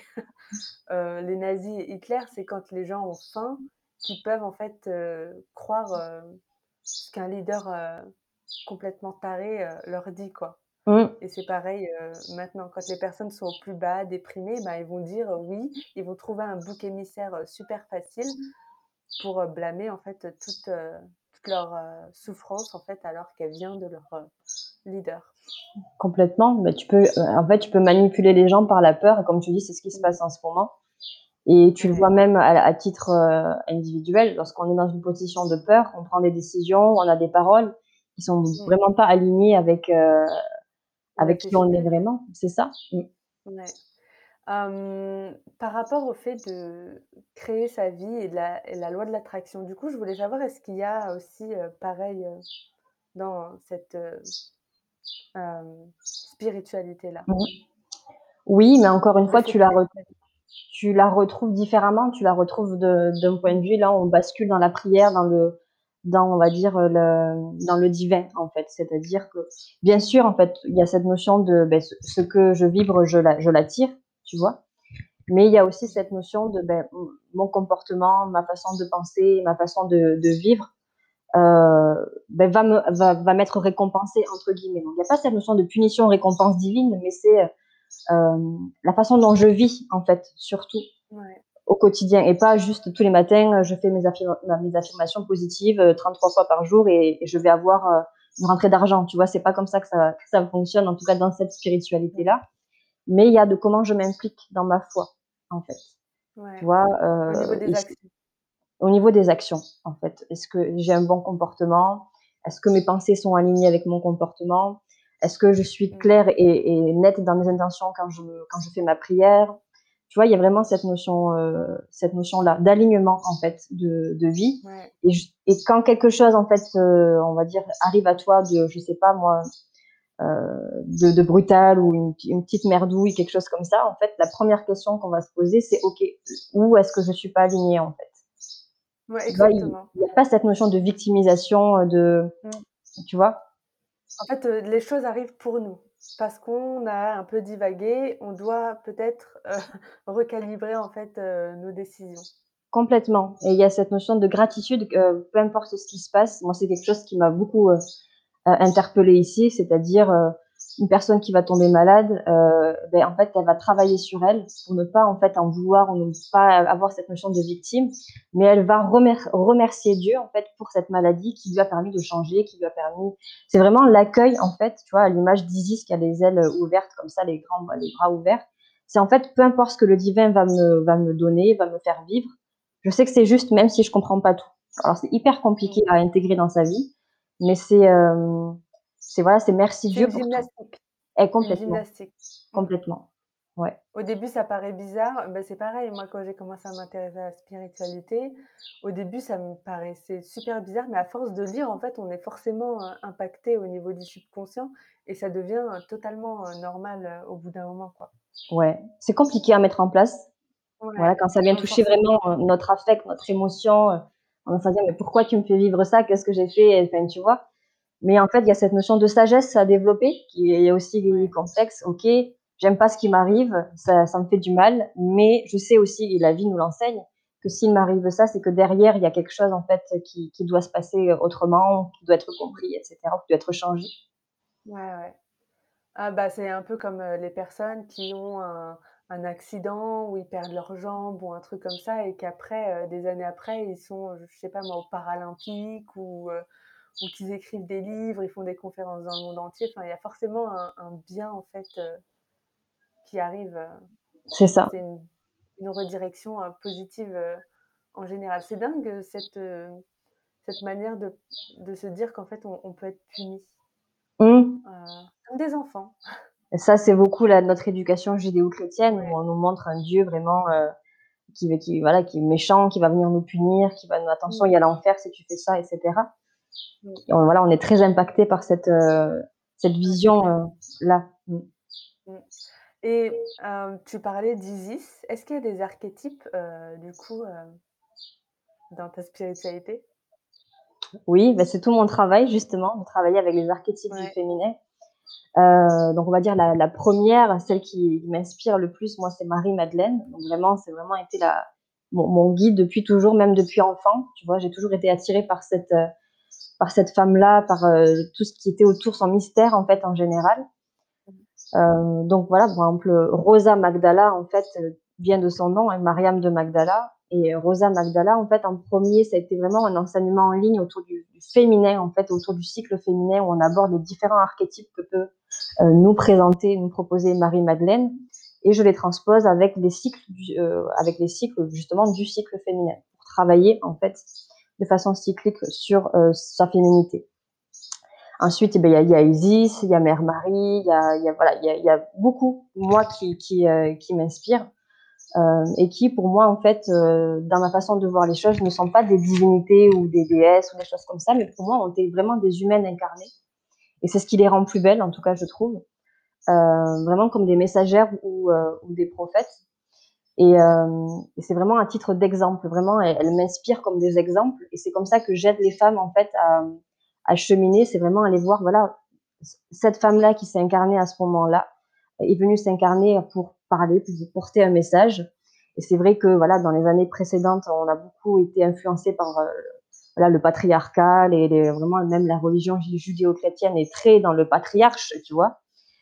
heu, les nazis et Hitler, c'est quand les gens ont faim qu'ils peuvent, en fait, heu, croire, heu, ce qu'un leader, heu, complètement taré, heu, leur dit, quoi. Mm, Et c'est pareil, heu, maintenant, quand les personnes sont au plus bas, déprimées, bah, ils vont dire, heu, oui, ils vont trouver un bouc émissaire, heu, super facile pour, heu, blâmer en fait, heu, toute, heu, toute leur, heu, souffrance en fait, alors qu'elle vient de leur, heu, leader. complètement. Mais tu peux, euh, en fait, tu peux manipuler les gens par la peur. Et comme tu dis, c'est ce qui se Mmh. passe en ce moment. Et tu le vois Ouais. même à, à titre euh, individuel. Lorsqu'on est dans une position de peur, on prend des décisions, on a des paroles qui sont Mmh. vraiment pas alignées avec, euh, avec Avec les qui on est faits. vraiment. C'est ça? Mm. Ouais. Hem, par rapport au fait de créer sa vie et de la et la loi de l'attraction, du coup, je voulais savoir, est-ce qu'il y a aussi, heu, pareil, heu, dans cette, heu, hem, spiritualité-là? Mm. Oui, mais encore une Le fois, fait tu de la, créer re- sa vie? tu la retrouves différemment. Tu la retrouves de- d'un point de Mmh. vue, là, on bascule dans la prière, dans le, dans, on va dire, euh, le, dans le divin, en fait. C'est-à-dire que, bien sûr, en fait, il y a cette notion de ben, ce, ce que je vibre, je la- je l'attire, tu vois. Mais il y a aussi cette notion de ben, m- mon comportement, ma façon de penser, ma façon de, de vivre, euh, ben, va me, va, va m'être récompensée, entre guillemets. Donc, il n'y a pas cette notion de punition, récompense divine, mais c'est euh, la façon dont je vis, en fait, surtout Ouais. au quotidien et pas juste tous les matins, euh, je fais mes, affirma- mes affirmations positives euh, trente-trois fois par jour et, et je vais avoir euh, une rentrée d'argent. Tu vois, c'est pas comme ça que ça, que ça fonctionne, en tout cas dans cette Mmh. spiritualité-là. Mais il y a de comment je m'implique dans ma foi, en fait. Tu Ouais. vois, Au niveau euh, des ici, actions. au niveau des actions, en fait. Est-ce que j'ai un bon comportement? Est-ce que mes pensées sont alignées avec mon comportement? Est-ce que je suis Mmh. claire et, et nette dans mes intentions quand je, quand je fais ma prière? Tu vois, il y a vraiment cette notion, euh, cette notion-là d'alignement en fait de, de vie. Ouais. Et, je- et quand quelque chose en fait, euh, on va dire, arrive à toi de, je sais pas moi, euh, de, de brutal ou une, une petite merdouille, quelque chose comme ça, en fait, la première question qu'on va se poser, c'est ok, où est-ce que je suis pas alignée en fait? Ouais, Tu vois, il exactement. n'y a pas cette notion de victimisation, euh, de, Mmh. tu vois. En fait, heu, les choses arrivent pour nous. Parce qu'on a un peu divagué, on doit peut-être, heu, recalibrer en fait, heu, nos décisions. Complètement. Et il y a cette notion de gratitude, euh, peu importe ce qui se passe. Moi, c'est quelque chose qui m'a beaucoup euh, euh, interpellée ici, c'est-à-dire euh, une personne qui va tomber malade, euh, ben, en fait, elle va travailler sur elle pour ne pas en fait en vouloir ou ne pas avoir cette notion de victime, mais elle va remer- remercier Dieu en fait pour cette maladie qui lui a permis de changer, qui lui a permis. C'est vraiment l'accueil en fait, tu vois, à l'image d'Isis qui a les ailes ouvertes comme ça, les grands, les bras ouverts. C'est en fait peu importe ce que le divin va me va me donner, va me faire vivre. Je sais que c'est juste, même si je comprends pas tout. Alors c'est hyper compliqué Mmh. à intégrer dans sa vie, mais c'est, euh, c'est voilà, c'est merci C'est Dieu une pour tout. gymnastique, Et une complètement, gymnastique. Mmh. complètement. Ouais. Au début, ça paraît bizarre. Bah, c'est pareil, moi, quand j'ai commencé à m'intéresser à la spiritualité, au début, ça me paraissait super bizarre, mais à force de lire, en fait, on est forcément, heu, impacté au niveau du subconscient et ça devient, heu, totalement, heu, normal, heu, au bout d'un moment, quoi. Ouais, c'est compliqué à mettre en place. Voilà, Ouais, quand ça vient ouais, toucher forcément. vraiment, heu, notre affect, notre émotion, heu, on va se dire: «Mais pourquoi tu me fais vivre ça? Qu'est-ce que j'ai fait?» enfin, tu vois? Mais en fait, il y a cette notion de sagesse à développer qui est aussi Ouais, complexe. OK, j'aime pas ce qui m'arrive, ça ça me fait du mal, mais je sais aussi et la vie nous l'enseigne, que s'il m'arrive ça, c'est que derrière, il y a quelque chose en fait qui qui doit se passer, autrement, qui doit être compris et cetera, qui doit être changé. ouais, ouais. Ah bah, c'est un peu comme, heu, les personnes qui ont un un accident où ils perdent leurs jambes ou un truc comme ça et qu'après, heu, des années après, ils sont, heu, je sais pas moi, aux paralympiques ou, heu, ou qu'ils écrivent des livres, ils font des conférences dans le monde entier. Enfin, il y a forcément un un bien en fait, heu, qui arrive, heu, C'est ça. c'est une une redirection, heu, positive, heu, en général. C'est dingue, heu, cette, heu, cette manière de de se dire qu'en fait on on peut être puni, Mmh. heu, comme des enfants. Et ça, c'est beaucoup la notre éducation judéo-chrétienne où Ouais. on nous montre un Dieu vraiment, heu, qui va qui voilà, qui est méchant, qui va venir nous punir, qui va nous attention, il y Mmh. a l'enfer si tu fais ça et cetera. Mmh. Et on voilà, on est très impacté par cette, heu, cette Ouais, c'est vision, clair. heu, là. Mmh. Mmh. Et hem, tu parlais d'Isis. Est-ce qu'il y a des archétypes, heu, du coup, heu, dans ta spiritualité? Oui, bah, c'est tout mon travail justement, de travailler avec les archétypes du Ouais. féminin. Heu, donc on va dire la la première, celle qui m'inspire le plus, moi, c'est Marie-Madeleine. Donc vraiment, c'est vraiment été la mon mon guide depuis toujours, même depuis enfant, tu vois? J'ai toujours été attirée par cette, heu, par cette femme-là, par, heu, tout ce qui était autour, son mystère, en fait, en général. Mmh. Heu, donc voilà, par exemple, Rosa Magdala, en fait, heu, vient de son nom, hein, Mariam de Magdala et Rosa Magdala, en fait, en premier, ça a été vraiment un enseignement en ligne autour du du féminin, en fait, autour du cycle féminin où on aborde les différents archétypes que peut, heu, nous présenter, nous proposer Marie-Madeleine et je les transpose avec les cycles du heu, avec les cycles, justement, du cycle féminin pour travailler, en fait, de façon cyclique sur, heu, sa féminité. Ensuite, eh ben, il y a, il y a Isis, il y a Mère Marie, il y a, il y a voilà, il y a, il y a beaucoup moi qui qui euh, qui m'inspirent euh, et qui pour moi en fait euh, dans ma façon de voir les choses ne sont pas des divinités ou des déesses ou des choses comme ça, mais pour moi on est vraiment des humaines incarnées et c'est ce qui les rend plus belles en tout cas je trouve, euh, vraiment comme des messagères ou, euh, ou des prophètes et, euh, et c'est vraiment un titre d'exemple, vraiment elles, elles m'inspirent comme des exemples et c'est comme ça que j'aide les femmes en fait à, à cheminer, c'est vraiment aller voir voilà cette femme-là qui s'est incarnée à ce moment-là est venue s'incarner pour parler, pour porter un message. Et c'est vrai que voilà, dans les années précédentes, on a beaucoup été influencé par euh, voilà, le patriarcat, et les, vraiment même la religion judéo-chrétienne est très dans le patriarche, tu vois.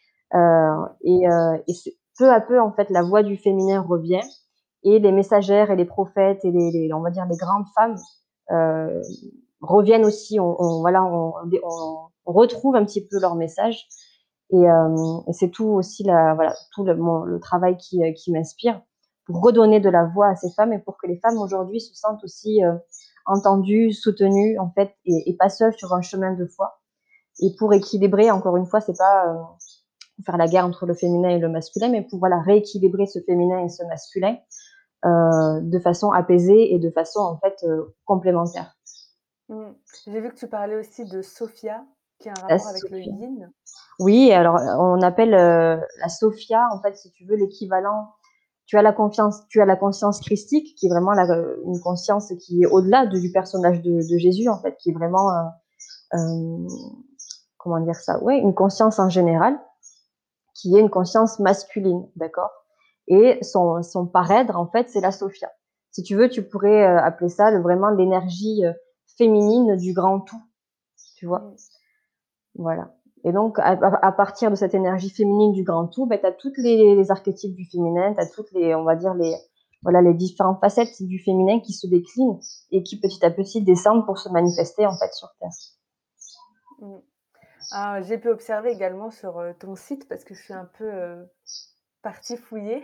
Euh, Mmh. et euh, et peu à peu, en fait, la voix du féminin revient et les messagères et les prophètes et les, les on va dire les grandes femmes euh, reviennent aussi. On, on voilà, on, on, on retrouve un petit peu leur message et, euh, et c'est tout aussi la, voilà, tout le, mon, le travail qui, euh, qui m'inspire pour redonner de la voix à ces femmes et pour que les femmes aujourd'hui se sentent aussi euh, entendues, soutenues en fait et, et pas seules sur un chemin de foi. Et pour équilibrer, encore une fois, c'est pas euh, faire la guerre entre le féminin et le masculin, mais pour voilà rééquilibrer ce féminin et ce masculin euh, de façon apaisée et de façon en fait euh, complémentaire. Mmh. J'ai vu que tu parlais aussi de Sophia, qui a un La rapport avec le Sophia. yin. Oui, alors on appelle euh, la Sophia en fait, si tu veux, l'équivalent. Tu as la confiance, tu as la conscience christique, qui est vraiment la, une conscience qui est au-delà de, du personnage de, de Jésus en fait, qui est vraiment euh, euh, comment dire ça, ouais, une conscience en général, qui est une conscience masculine, d'accord. Et son, son parèdre, en fait, c'est la Sophia. Si tu veux, tu pourrais euh, appeler ça le, vraiment l'énergie euh, féminine du grand tout, tu vois. Mmh. Voilà. Et donc, à, à partir de cette énergie féminine du grand tout, ben, tu as toutes les, les archétypes du féminin, tu as toutes les, on va dire, les, voilà, les différentes facettes du féminin qui se déclinent et qui petit à petit descendent pour se manifester, en fait, sur Terre. Mmh. Ah, j'ai pu observer également sur, heu, ton site parce que je suis un peu, heu, partie fouiller.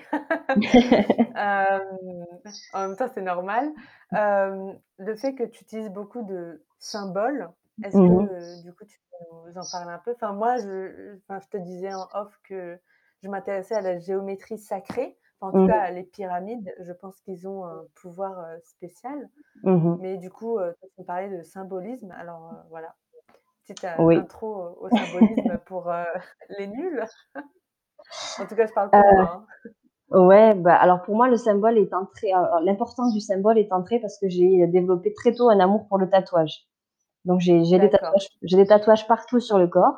Hem, En même temps, c'est normal. Hem, le fait que tu utilises beaucoup de symboles, est-ce que, Mhm. heu, du coup, tu peux nous en parler un peu? Enfin, moi, je enfin, je te disais en off que je m'intéressais à la géométrie sacrée, enfin, en tout Mmh cas mh. à les pyramides. Je pense qu'ils ont un pouvoir, heu, spécial. Mmh mh. Mais du coup, heu, toi tu me parlais de symbolisme, alors, heu, voilà, petite, heu, Oui. intro au au symbolisme pour, heu, les nuls. En tout cas, je parle pour Heu, moi, hein. ouais, bah, alors pour moi, le symbole est entré, heu, l'importance du symbole est entrée parce que j'ai développé très tôt un amour pour le tatouage. Donc j'ai j'ai des D'accord. tatouages j'ai des tatouages partout sur le corps,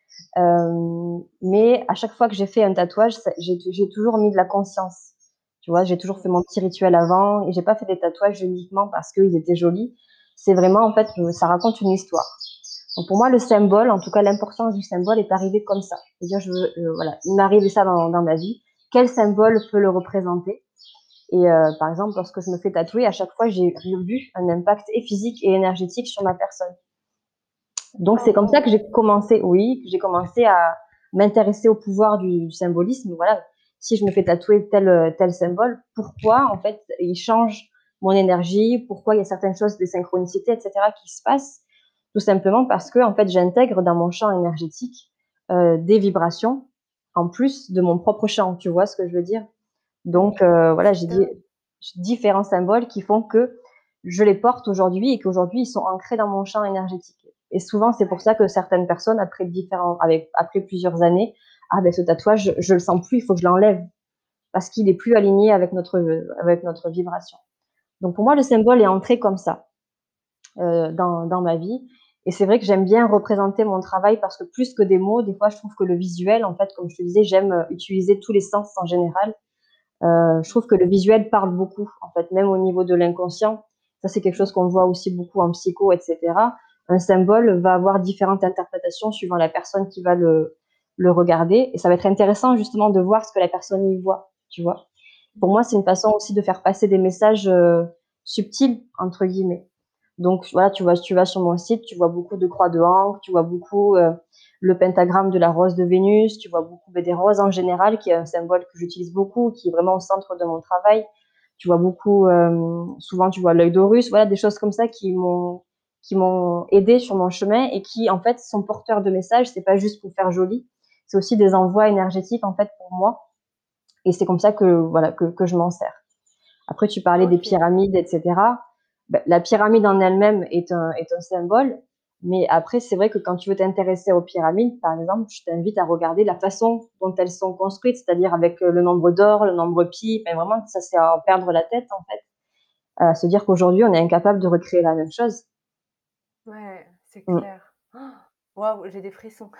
hem, mais à chaque fois que j'ai fait un tatouage, ça j'ai j'ai toujours mis de la conscience. Tu vois? J'ai toujours fait Mmh. mon petit rituel avant et j'ai pas fait des tatouages uniquement parce qu'ils étaient jolis. C'est vraiment en fait, heu, ça raconte une histoire. Donc pour moi, le symbole, en tout cas l'importance du symbole est arrivée comme ça. C'est-à-dire je veux, heu, voilà, il m'est arrivé ça dans dans ma vie. Quel symbole peut le représenter? Et heu, par exemple, lorsque je me fais tatouer, à chaque fois, j'ai vu un impact et physique et énergétique sur ma personne. Donc Oh c'est comme ça que waouh! j'ai commencé, oui, que j'ai commencé à m'intéresser au pouvoir du symbolisme. Voilà, si je me fais tatouer tel, heu, tel symbole, pourquoi en fait il change mon énergie? Pourquoi il y a certaines choses, des synchronicités et cetera qui se passent? Tout simplement parce qu'en fait j'intègre dans mon champ énergétique, heu, des vibrations en plus de mon propre champ. Tu vois ce que je veux dire? Donc heu, voilà, C'est j'ai dit dingue. différents symboles qui font que je les porte aujourd'hui et qu'aujourd'hui ils sont ancrés dans mon champ énergétique. Et souvent, c'est pour Ouais. ça que certaines personnes, après différents, avec, après plusieurs années, ah ben ce tatouage, je, je le sens plus, il faut que je l'enlève parce qu'il est plus aligné avec notre avec notre vibration. Donc pour moi, le symbole est entré comme ça euh, dans dans ma vie. Et c'est vrai que j'aime bien représenter mon travail parce que plus que des mots, des fois, je trouve que le visuel, en fait, comme je te disais, j'aime euh, utiliser tous les sens en général. Heu, je trouve que Mmh. le visuel parle beaucoup, en fait, même au niveau de l'inconscient. Ça, c'est quelque chose qu'on voit aussi beaucoup en psycho et cetera. Un symbole va avoir différentes interprétations suivant la personne qui va le le regarder et ça va être intéressant justement de voir ce que la personne y voit, tu vois? Pour moi, c'est une façon aussi de faire passer des messages, heu, «subtils» entre guillemets. Donc voilà, tu vois, tu vas sur mon site, tu vois beaucoup de croix de Hank, tu vois beaucoup, heu, le pentagramme de la rose de Vénus, tu vois beaucoup, beh, des roses en général, qui est un symbole que j'utilise beaucoup, qui est vraiment au centre de mon travail. Tu vois beaucoup, hem, souvent tu vois l'œil d'Horus, voilà des choses comme ça qui m'ont qui m'ont aidée sur mon chemin et qui en fait sont porteurs de messages. C'est pas juste pour faire joli, c'est aussi des envois énergétiques en fait pour moi et c'est comme ça que voilà que que je m'en sers. Après, tu parlais des OK. pyramides, et cetera. Bah, la pyramide en elle-même est un, est un symbole, mais après, c'est vrai que quand tu veux t'intéresser aux pyramides, par exemple, je t'invite à regarder la façon dont elles sont construites, c'est-à-dire avec euh, le nombre d'or, le nombre pi, enfin, vraiment, ça c'est à en perdre la tête, en fait, à se dire qu'aujourd'hui, on est incapable de recréer la même chose. Ouais, c'est Mm. clair. Waouh, j'ai des frissons.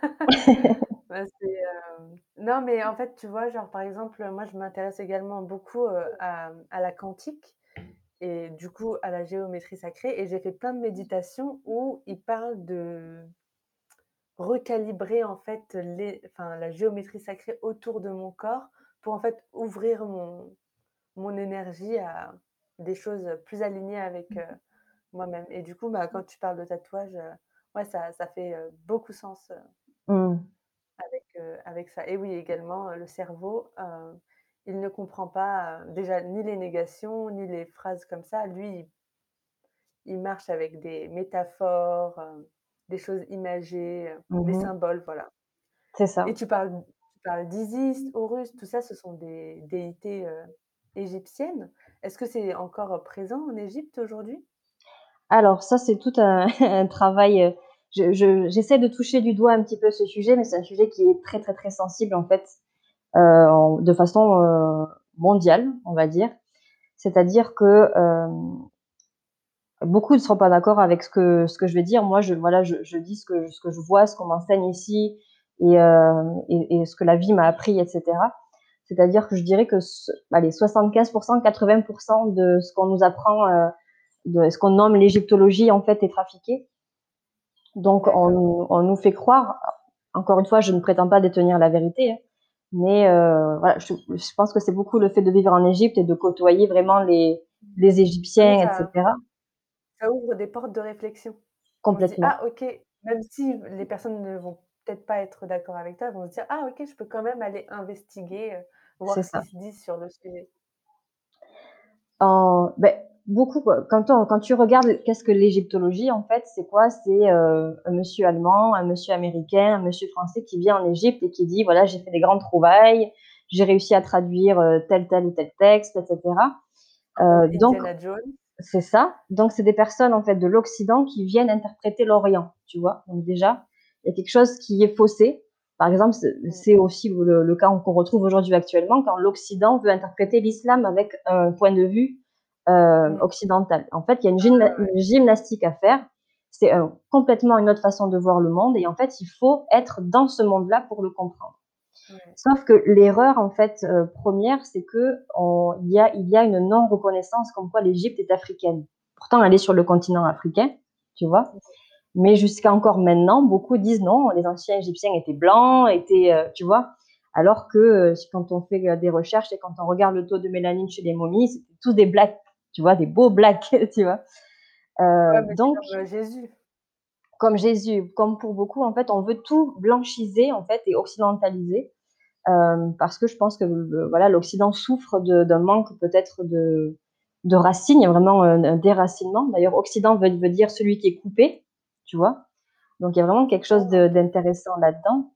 Bah, c'est, hem non, mais en fait, tu vois, genre, par exemple, moi, je m'intéresse également beaucoup, heu, à à la quantique et du coup, à la géométrie sacrée et j'ai fait plein de méditations où ils parlent de recalibrer, en fait, les enfin, la géométrie sacrée autour de mon corps pour, en fait, ouvrir mon mon énergie à des choses plus alignées avec, heu, moi-même et du coup, bah, quand tu parles de tatouage, heu, ouais, ça ça fait, heu, beaucoup sens, heu, Mm. avec, heu, avec ça et oui, également, heu, le cerveau, heu, il ne comprend pas, heu, déjà ni les négations, ni les phrases comme ça. Lui, il il marche avec des métaphores, heu, des choses imagées, heu, des Mhm. symboles, voilà C'est et ça. tu parles tu parles d'Isis, Horus, tout ça, ce sont des déités, heu, égyptiennes. Est-ce que c'est encore, heu, présent en Égypte aujourd'hui? Alors ça, c'est tout un, un travail. euh, Je, je- j'essaie de toucher du doigt un petit peu ce sujet, mais c'est un sujet qui est très très très sensible en fait, euh, en- de façon euh, mondiale, on va dire. C'est-à-dire que euh, beaucoup ne seront pas d'accord avec ce que ce que je vais dire. Moi, je voilà, je, je dis ce que ce que je vois, ce qu'on m'enseigne ici et, euh, et, et ce que la vie m'a appris, et cetera. C'est-à-dire que je dirais que ce- allez, soixante-quinze pour cent, quatre-vingts pour cent de ce qu'on nous apprend, euh, de ce qu'on nomme l'égyptologie, en fait, est trafiqué. Donc, D'accord. on, on nous fait croire, encore une fois, je ne prétends pas détenir la vérité, hein, mais euh, voilà, je, je pense que c'est beaucoup le fait de vivre en Égypte et de côtoyer vraiment les, les Ah mais Égyptiens, ça et cetera. ça ouvre des portes de réflexion. On se dit: Complètement, «Ah OK», même si les personnes ne vont peut-être pas être d'accord avec toi, elles vont se dire: «Ah OK, je peux quand même aller investiguer, heu, c'est voir ce qui ça. se dit sur le sujet». En, ben, beaucoup, quoi. Quand on quand tu regardes qu'est-ce que l'égyptologie, en fait, c'est quoi? C'est, heu, un monsieur allemand, un monsieur américain, un monsieur français qui vient en Égypte et qui dit: «Voilà, j'ai fait des grandes trouvailles, j'ai réussi à traduire, heu, tel, tel ou tel texte» et cetera. En mode Heu, donc Indiana Jones. c'est ça. Donc c'est des personnes, en fait, de l'Occident qui viennent interpréter l'Orient, tu vois? Donc déjà, il y a quelque chose qui est faussé. Par exemple, c'est Mmh. c'est aussi le le cas qu'on retrouve aujourd'hui actuellement quand l'Occident veut interpréter l'islam avec un point de vue, heu, Mmh. occidental. En fait, il y a une Ouais, gymna ouais. une gymnastique à faire. C'est, heu, complètement une autre façon de voir le monde et en fait, il faut être dans ce monde-là pour le comprendre. Ouais. Sauf que l'erreur, en fait, heu, première, c'est qu'on il y a il y a une non-reconnaissance comme quoi l'Égypte est africaine. Pourtant, elle est sur le continent africain, tu vois? Mmh. Mais jusqu'à encore maintenant, beaucoup disent: «Non, les anciens Égyptiens étaient blancs, étaient», heu, tu vois? Alors que, heu, quand on fait, heu, des recherches et quand on regarde le taux de mélanine chez les momies, c'était tous des blacks, tu vois? Des beaux blacks, tu vois? Ouais, Heu, mais c'est donc comme, heu, Jésus. comme Jésus, comme pour beaucoup, en fait, on veut tout blanchiser, en fait et occidentaliser. Hem, parce que je pense que le voilà, l'Occident souffre de d'un manque peut-être de de racines. Il y a vraiment un un déracinement. D'ailleurs, Occident veut veut dire celui qui est coupé, tu vois? Donc il y a vraiment quelque chose Oh, de OK. d'intéressant là-dedans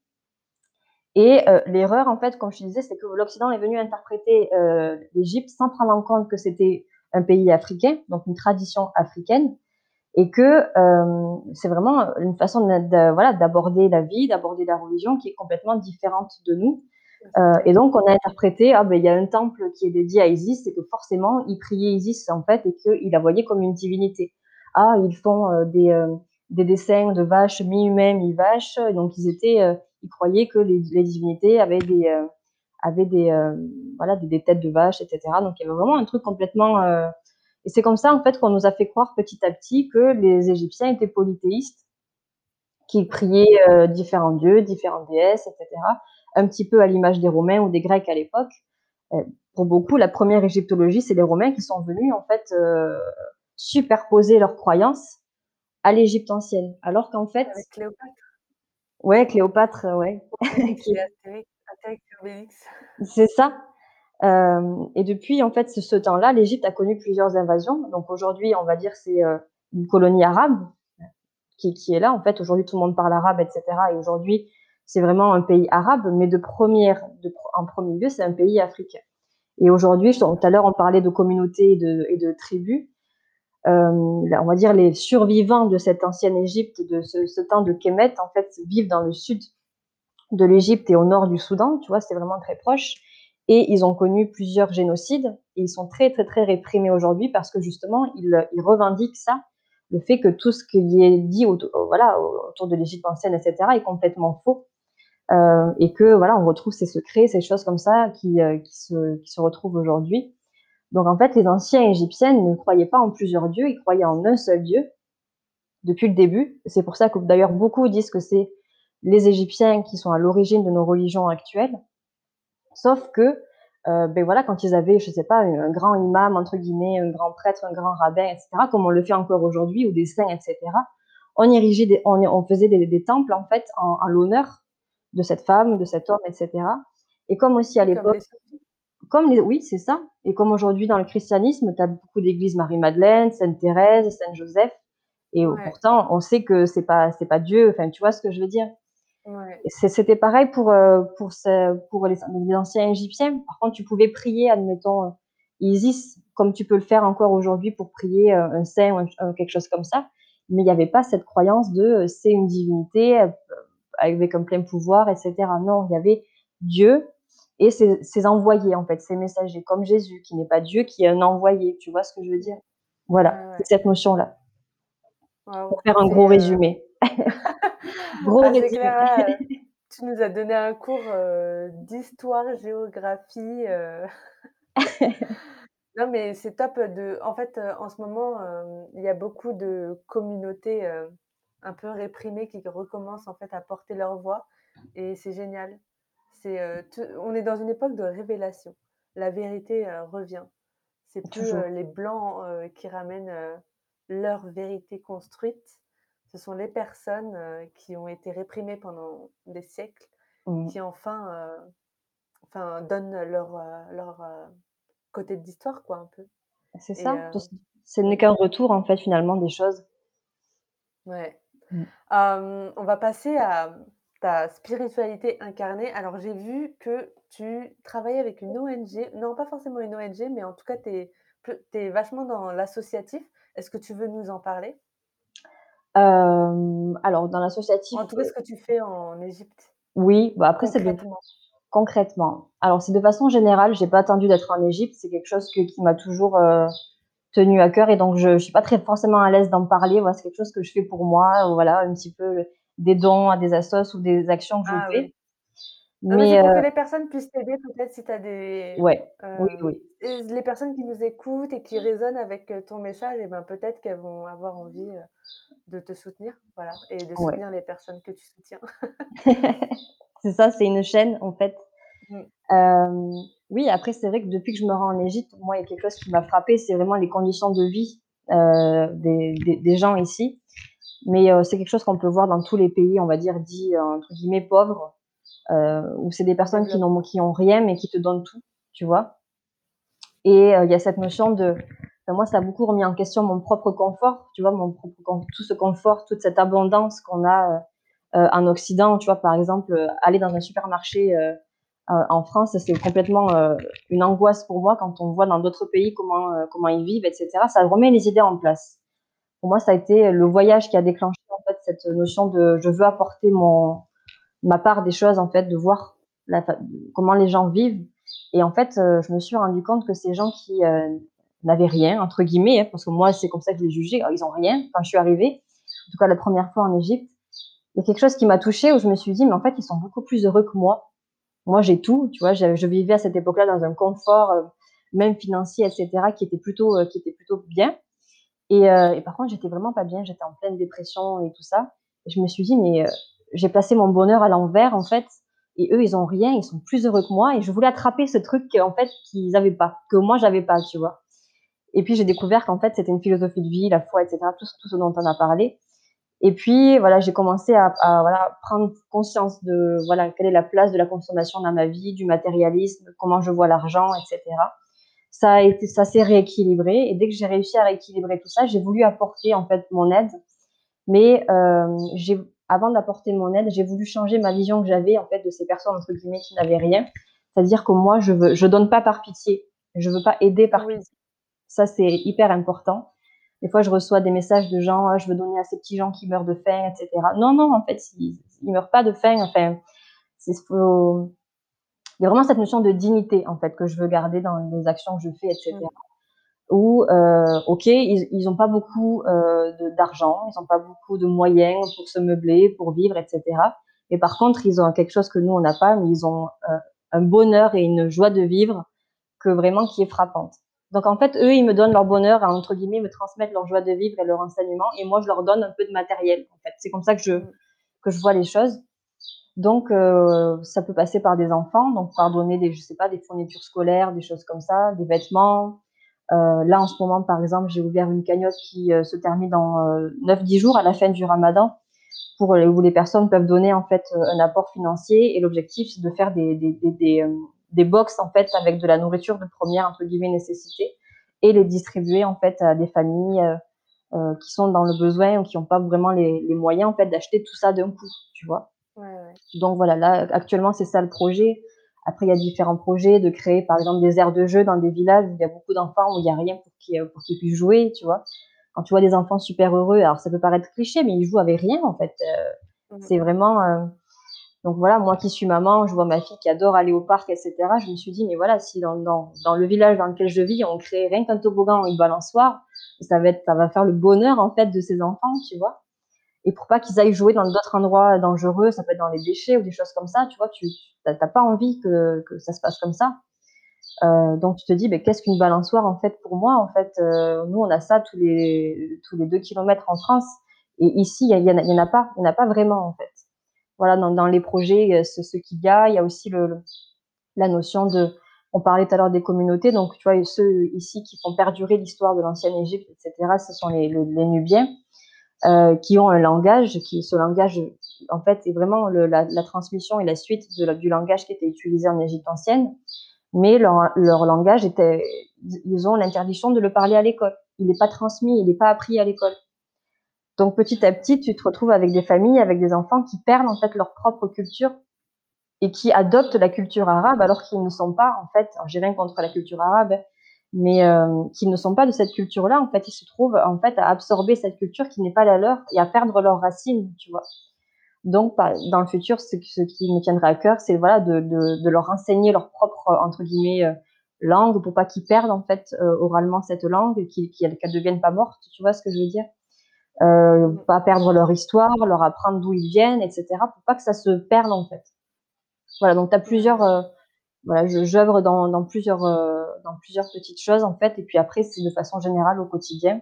et heu, l'erreur, en fait, comme je te disais, c'est que l'Occident est venu interpréter, heu, l'Égypte sans prendre en compte que c'était un pays africain, donc une tradition africaine et que, hem, c'est vraiment une façon de de voilà, d'aborder la vie, d'aborder la religion qui est complètement différente de nous. Ouais, c'est Heu et clair. donc on a interprété: «Ah ben il y a un temple qui est dédié à Isis» et que forcément ils priaient Isis en fait et qu'ils la voyaient comme une divinité. Ah, ils font, heu, des, heu, des dessins de vaches mi-humains, mi-vaches, donc ils étaient, heu, ils croyaient que les les divinités avaient des, heu, avaient des, heu, voilà, des des têtes de vaches et cetera. Donc il y avait vraiment un truc complètement, heu et c'est comme ça en fait qu'on nous a fait croire petit à petit que les Égyptiens étaient polythéistes, qu'ils Mmh. priaient, heu, différents dieux, différentes déesses et cetera. Un petit peu à l'image des Romains ou des Grecs à l'époque. Heu, pour beaucoup, la première égyptologie, c'est les Romains qui sont venus en fait, heu, superposer leurs croyances à l'Égypte ancienne. Alors qu'en fait Avec Cléopâtre, ouais, Cléopâtre, heu, ouais, Obélix et qui Astérix, Astérix et Obélix. c'est ça. Hem et depuis en fait ce ce temps-là, l'Égypte a connu plusieurs invasions. Donc aujourd'hui, on va dire c'est, heu, une colonie arabe qui qui est là. En fait, aujourd'hui, tout le monde parle arabe et cetera et aujourd'hui, c'est vraiment un pays arabe, mais de première de en premier lieu, c'est un pays africain. Et aujourd'hui, je tout Mmh. à l'heure, on parlait de communautés et de et de tribus. Hem, là, on va dire les survivants de cette ancienne Égypte, de ce ce temps de Kémet, en fait, vivent dans le sud de l'Égypte et au nord du Soudan, tu vois? C'est vraiment très proche et ils ont connu plusieurs génocides et ils sont très, très, très réprimés aujourd'hui parce que justement, ils, ils revendiquent ça, le fait que tout ce qui est dit auto voilà, autour de l'Égypte ancienne et cetera est complètement faux, heu Ouais. et que voilà, on retrouve ces secrets, ces choses comme ça qui, heu, qui se qui se retrouvent aujourd'hui. Donc en fait, les anciens Égyptiens ne croyaient pas en plusieurs dieux, ils croyaient en un seul Dieu depuis le début. C'est pour ça que d'ailleurs beaucoup disent que c'est les Égyptiens qui sont à l'origine de nos religions actuelles. Sauf que, heu, beh, voilà, quand ils avaient, je sais pas, un grand imam entre guillemets, un grand prêtre, un grand rabbin et cetera, comme on le fait encore aujourd'hui ou des saints et cetera, on érigeait des on on faisait des des temples en fait en en l'honneur de cette femme, de cet homme et cetera et comme aussi à Oui, comme l'époque les Sophie. comme les oui, c'est ça et comme aujourd'hui dans le christianisme, tu as beaucoup d'églises Marie-Madeleine, Sainte-Thérèse, Saint-Joseph et heu, Ouais, pourtant on sait que c'est pas c'est pas Dieu, enfin, tu vois ce que je veux dire? ouais. Et c'est c'était pareil pour, heu, pour ce pour les les anciens Égyptiens. Par contre, tu pouvais prier, admettons, heu, Isis, comme tu peux le faire encore aujourd'hui pour prier, heu, un saint ou un un quelque chose comme ça, mais il y avait pas cette croyance de, heu, c'est une divinité, heu, avec un plein pouvoir et cetera. Non, il y avait Dieu et ses ses envoyés, en fait, ses messagers, comme Jésus, qui n'est pas Dieu, qui est un envoyé. Tu vois ce que je veux dire? Mmh. Voilà, Ouais, c'est ouais. cette notion-là, Waouh, pour faire un gros c'est, heu résumé. Gros ah, c'est clair, résumé. là, heu, tu nous as donné un cours, heu, d'histoire, géographie, heu non, mais c'est top, de en fait, heu, en ce moment, hem, il y a beaucoup de communautés, heu, un peu réprimées qui recommencent, en fait, à porter leur voix et c'est génial. C'est, heu, te on est dans une époque de révélation. La vérité, heu, revient. C'est plus, heu, Toujours. les blancs, heu, qui ramènent, heu, leur vérité construite. Ce sont les personnes, heu, qui ont été réprimées pendant des siècles, Mmh. qui enfin, heu, enfin donnent leur, heu, leur, heu, côté de l'histoire quoi, un peu C'est et ça, heu tout s Ce n'est Mmh. qu'un retour, en fait, finalement, des choses. Ouais. Mmh. Hem, on va passer à, mmh, ta spiritualité incarnée. Alors j'ai vu que tu travaillais avec une O N G, non pas forcément une O N G, mais en tout cas tu es peu tu es vachement dans l'associatif. Est-ce que tu veux nous en parler? Hem, alors dans l'associatif, En tout cas, heu, ce que tu fais en Égypte, oui, bah, après c'est de concrètement? concrètement. Alors c'est de façon générale, j'ai pas attendu d'être en Égypte, c'est quelque chose que qui m'a toujours, heu, tenue à cœur et donc je je suis pas très forcément à l'aise d'en parler. Voilà, c'est quelque chose que je fais pour moi, heu, voilà, un petit peu des dons à des assos ou des actions que je Ah oui. fais. Non, mais c'est Mais pour heu, que les personnes puissent t'aider peut-être si tu as des, ouais, oui, heu oui, et les personnes qui nous écoutent et qui résonnent avec, heu, ton message et ben, peut-être qu'elles vont avoir envie, heu, de te soutenir, voilà et de ouais. soutenir les personnes que tu soutiens. C'est ça, c'est une chaîne en fait. Mmh. Hem, oui, après c'est vrai que depuis que je me rends en Égypte, moi, il y a quelque chose qui m'a frappée, c'est vraiment les conditions de vie, heu, des des des gens ici. Mais heu, c'est quelque chose qu'on peut voir dans tous les pays, on va dire, dits, heu, entre guillemets «pauvres», heu, où c'est des En personnes qui n'ont développement. qui ont rien, mais qui te donnent tout, tu vois? Et heu, il y a cette notion de enfin moi, ça a beaucoup remis en question mon propre confort, tu vois? Mon propre con tout ce confort, toute cette abondance qu'on a, heu heu, en Occident, tu vois? Par exemple, heu, aller dans un supermarché, heu heu, en France, c'est complètement, heu, une angoisse pour moi quand on voit dans d'autres pays comment, heu, comment ils vivent et cetera. Ça remet les idées en place. Pour moi, ça a été le voyage qui a déclenché, en fait, cette notion de je veux apporter mon ma part des choses, en fait, de voir la fa comment les gens vivent et en fait, heu, je me suis rendu compte que ces gens qui, heu, «n'avaient rien» entre guillemets, hein, parce que moi, c'est comme ça que je les jugeais, ils ont rien quand je suis arrivée, en tout cas la première fois en Égypte. Il y a quelque chose qui m'a touchée où je me suis dit: «Mais en fait, ils sont beaucoup plus heureux que moi». Moi, j'ai tout, tu vois? Je je vivais à cette époque-là dans un confort, heu, même financier et cetera, qui était plutôt, heu, qui était plutôt bien et heu et par contre, j'étais vraiment pas bien, j'étais en pleine dépression et tout ça et je me suis dit: «Mais heu, j'ai placé mon bonheur à l'envers, en fait et eux, ils ont rien, ils sont plus heureux que moi» et je voulais attraper ce truc en fait, qu'ils avaient pas, que moi j'avais pas, tu vois? Et puis j'ai découvert qu'en fait, c'était une philosophie de vie, la foi et cetera, tout ce tout ce dont on a parlé et puis voilà, j'ai commencé à à voilà, prendre conscience de voilà, quelle est la place de la consommation dans ma vie, du matérialisme, comment je vois l'argent et cetera. Ça a été ça s'est rééquilibré et dès que j'ai réussi à rééquilibrer tout ça, j'ai voulu apporter en fait mon aide, mais hem, j'ai avant d'apporter mon aide, j'ai voulu changer ma vision que j'avais en fait de ces personnes entre guillemets qui n'avaient rien. C'est-à-dire que moi je veux je donne pas par pitié, je veux pas aider par Oui, pitié. Ça c'est hyper important. Des fois je reçois des messages de gens: «Ah je veux donner à ces petits gens qui meurent de faim» et cetera. Non, non, en fait, ils ils meurent pas de faim, enfin, c'est faut il y a vraiment cette notion de dignité en fait que je veux garder dans les actions que je fais et cetera. mmh, Où, heu, OK, ils ils ont pas beaucoup, heu, de d'argent, ils ont pas beaucoup de moyens pour se meubler, pour vivre et cetera. Mais par contre, ils ont quelque chose que nous on n'a pas, mais ils ont, heu, un bonheur et une joie de vivre que vraiment qui est frappante. Donc en fait, eux, ils me donnent leur bonheur à entre guillemets, «me transmettre leur joie de vivre et leur enseignement» et moi je leur donne un peu de matériel, en fait. C'est comme ça que je mmh. que je vois les choses. Donc heu, ça peut passer par des enfants, donc par donner des je sais pas, des fournitures scolaires, des choses comme ça, des vêtements. Heu, là, en ce moment, par exemple, j'ai ouvert une cagnotte qui, heu, se termine dans, heu, neuf dix jours à la fin du ramadan pour, heu, où les personnes peuvent donner, en fait, heu, un apport financier et l'objectif, c'est de faire des des des des, hem, des box, en fait, avec de la nourriture de première entre guillemets «nécessité» et les distribuer, en fait, à des familles, heu heu, qui sont dans le besoin ou qui ont pas vraiment les les moyens, en fait, d'acheter tout ça d'un coup, tu vois? Ouais, ouais. Donc voilà, là, actuellement, c'est ça le projet. Après, il y a différents projets de créer, par exemple, des aires de jeux dans des villages où il y a beaucoup d'enfants, où il y a rien pour qu'ils, heu, pour qu'ils puissent jouer, tu vois? Quand tu vois des enfants super heureux, alors ça peut paraître cliché, mais ils jouent avec rien, en fait, heu, Mmh c'est mh. vraiment, heu donc voilà, moi qui suis maman, je vois ma fille qui adore aller au parc et cetera. Je me suis dit: «Mais voilà, si dans dans dans le village dans lequel je vis, on crée rien qu'un toboggan ou une balançoire, ça va être ça va faire le bonheur, en fait, de ces enfants», tu vois? Et pour pas qu'ils aillent jouer dans d'autres endroits dangereux, ça peut être dans les déchets ou des choses comme ça, tu vois? Tu tu as pas envie que que ça se passe comme ça. Heu, donc tu te dis: «Beh, qu'est-ce qu'une balançoire, en fait, pour moi?» En fait, heu, nous, on a ça tous les tous les deux kilomètres en France et ici, il y a il y en a il y en a pas, il y en a pas vraiment, en fait. Voilà, dans dans les projets, heu, ce ce qu'il y a, il y a aussi le le la notion de on parlait tout à l'heure des communautés, donc tu vois, ceux ici qui font perdurer l'histoire de l'ancienne Égypte et cetera, ce sont les les les Nubiens. Heu, qui ont un langage qui ce langage, en fait, est vraiment le la la transmission et la suite de la du langage qui était utilisé en Égypte ancienne, mais leur leur langage était ils ils ont l'interdiction de le parler à l'école. il n'est pas transmis, il n'est pas appris à l'école. Donc petit à petit, tu te retrouves avec des familles, avec des enfants qui perdent en fait leur propre culture et qui adoptent la culture arabe alors qu'ils ne sont pas en fait, alors j'ai rien contre la culture arabe, mais euh, qui ne sont pas de cette culture-là. En fait, ils se trouvent en fait à absorber cette culture qui n'est pas la leur et à perdre leurs racines, tu vois. Donc, dans le futur, ce, ce qui me tiendrait à cœur, c'est voilà de, de, de leur enseigner leur propre entre guillemets euh, langue pour pas qu'ils perdent en fait euh, oralement cette langue, qu'ils, qu'elle ne devienne pas morte. Tu vois ce que je veux dire? Euh, Mm. pas perdre leur histoire, leur apprendre d'où ils viennent, et cetera. Pour pas que ça se perde en fait. Voilà. Donc, tu as plusieurs. Ouais. Euh, voilà, je, j'œuvre dans, dans plusieurs euh, dans plusieurs petites choses en fait. Et puis après, c'est de façon générale au quotidien.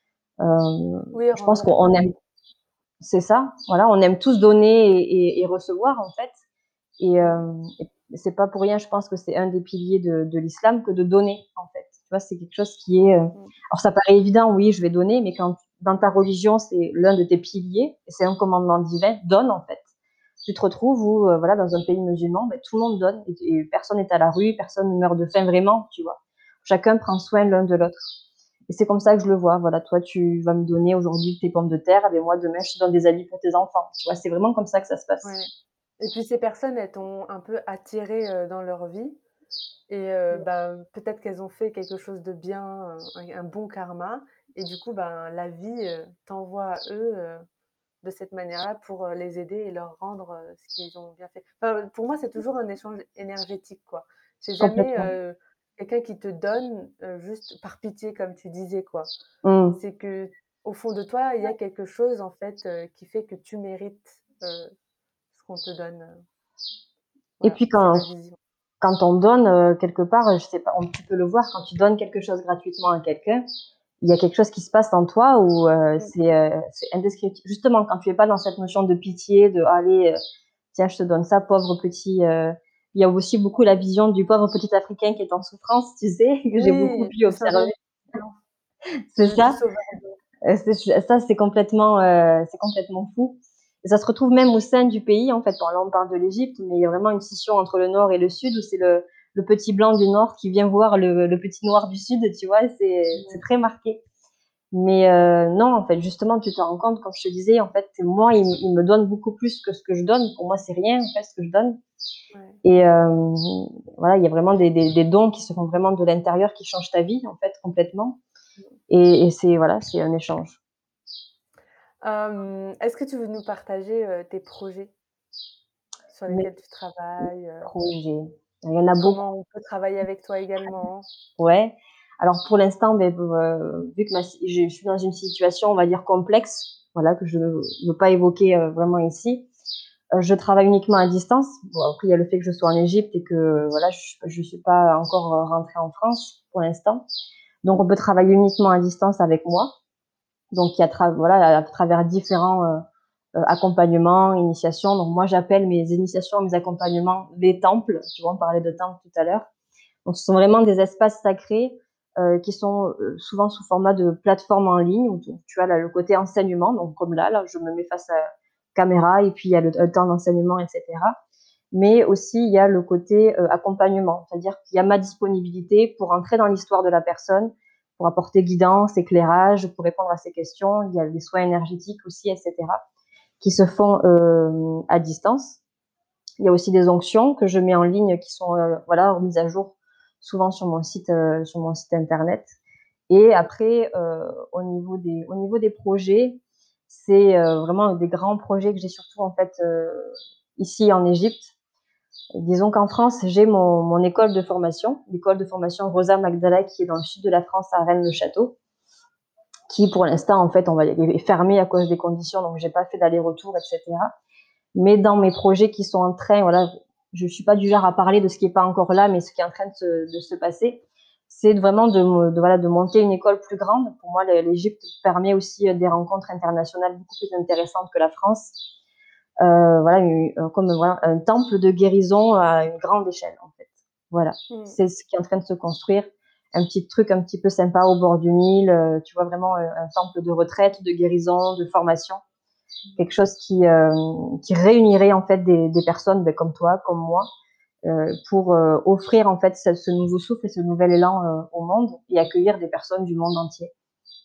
Euh, Oui, je pense rendre qu'on aime. C'est ça. Voilà, on aime tous donner et, et, et recevoir en fait. Et, euh, et c'est pas pour rien, je pense que c'est un des piliers de, de l'islam que de donner, en fait. Tu vois, c'est quelque chose qui est. Euh... Mm. Alors, ça paraît évident, oui, je vais donner, mais quand dans ta religion, c'est l'un de tes piliers, et c'est un commandement divin, donne, en fait. Tu te retrouves où, euh, voilà, dans un pays musulman, ben, tout le monde donne, et, et personne n'est à la rue, personne ne meurt de faim vraiment, tu vois. Chacun prend soin l'un de l'autre. Et c'est comme ça que je le vois. Voilà, toi, tu vas me donner aujourd'hui tes pommes de terre, et moi, demain, je te donne des habits pour tes enfants. Tu vois, c'est vraiment comme ça que ça se passe. Ouais. Et puis ces personnes, elles t'ont un peu attiré euh, dans leur vie. Et euh, bah, peut-être qu'elles ont fait quelque chose de bien, un, un bon karma. Et du coup, ben, la vie euh, t'envoie à eux euh, de cette manière-là pour euh, les aider et leur rendre euh, ce qu'ils ont bien fait. Enfin, pour moi, c'est toujours un échange énergétique, quoi. C'est jamais Complètement. euh, quelqu'un qui te donne euh, juste par pitié, comme tu disais, quoi. Mmh. C'est que au fond de toi, il y a quelque chose en fait euh, qui fait que tu mérites euh, ce qu'on te donne. euh. Et Voilà, puis c'est quand ma vision. quand on donne euh, quelque part, je sais pas, on, tu peux le voir quand tu donnes quelque chose gratuitement à quelqu'un, il y a quelque chose qui se passe en toi où euh, Mm. c'est euh, c'est indescriptible. Justement, quand tu es pas dans cette notion de pitié, de allez, euh, tiens, je te donne ça, pauvre petit. Euh, il y a aussi beaucoup la vision du pauvre petit Africain qui est en souffrance, tu sais, que j'ai beaucoup Oui, pu le observer. syndrome blanc, C'est le, du ça. sauveur blanc. Euh, c'est- ça, c'est complètement, euh, c'est complètement fou. Et ça se retrouve même au sein du pays, en fait. Bon, là, on parle de l'Égypte, mais il y a vraiment une scission entre le nord et le sud, où c'est le, le petit blanc du nord qui vient voir le, le petit noir du sud, tu vois, c'est, c'est très marqué. Mais euh, non, en fait, justement, tu te rends compte, comme je te disais, en fait, moi, il, il me donne beaucoup plus que ce que je donne. Pour moi, c'est rien, en fait, ce que je donne. Ouais. Et euh, voilà, il y a vraiment des, des, des dons qui se font vraiment de l'intérieur, qui changent ta vie, en fait, complètement. Et, et c'est, voilà, c'est un échange. Euh, est-ce que tu veux nous partager euh, tes projets sur Mes lesquels tu travailles euh, projets, il y en a beaucoup. comment on peut travailler avec toi également? Ouais. Alors pour l'instant, ben, euh, vu que ma, je, je suis dans une situation, on va dire complexe, voilà, que je ne veux pas évoquer euh, vraiment ici. Euh, je travaille uniquement à distance. Bon, après, il y a le fait que je sois en Égypte et que voilà, je ne suis pas encore euh, rentrée en France pour l'instant. Donc on peut travailler uniquement à distance avec moi. Donc il y a tra- voilà, à travers différents euh, euh, accompagnements, initiations. Donc moi j'appelle mes initiations, mes accompagnements les temples. Tu vois, on parlait de temples tout à l'heure. Donc, ce sont vraiment des espaces sacrés euh, qui sont euh, souvent sous format de plateforme en ligne où tu, tu as là, le côté enseignement. Donc, comme là, là, je me mets face à la caméra et puis il y a le, le temps d'enseignement, et cetera. Mais aussi, il y a le côté euh, accompagnement, c'est-à-dire qu'il y a ma disponibilité pour entrer dans l'histoire de la personne, pour apporter guidance, éclairage, pour répondre à ses questions. Il y a des soins énergétiques aussi, et cetera, qui se font euh, à distance. Il y a aussi des onctions que je mets en ligne qui sont euh, voilà, remises à jour souvent sur mon site, euh, sur mon site internet. Et après, euh, au, niveau des, au niveau des projets, c'est euh, vraiment des grands projets que j'ai surtout en fait euh, ici en Égypte. Disons qu'en France, j'ai mon, mon école de formation, l'école de formation Rosa Magdala qui est dans le sud de la France à Rennes-le-Château, qui pour l'instant en fait on va est fermée à cause des conditions, donc j'ai pas fait d'aller-retour, et cetera. Mais dans mes projets qui sont en train, voilà, je ne suis pas du genre à parler de ce qui n'est pas encore là, mais ce qui est en train de se, de se passer, c'est vraiment de, de, voilà, de monter une école plus grande. Pour moi, l'Égypte permet aussi des rencontres internationales beaucoup plus intéressantes que la France. Euh, voilà, une, comme voilà, un temple de guérison à une grande échelle, en fait. Voilà, Mm. c'est ce qui est en train de se construire. Un petit truc un petit peu sympa au bord du Nil, euh, tu vois, vraiment un, un temple de retraite, de guérison, de formation, quelque chose qui, euh, qui réunirait en fait des, des personnes ben, comme toi, comme moi, euh, pour euh, offrir en fait ce, ce nouveau souffle et ce nouvel élan euh, au monde et accueillir des personnes du monde entier.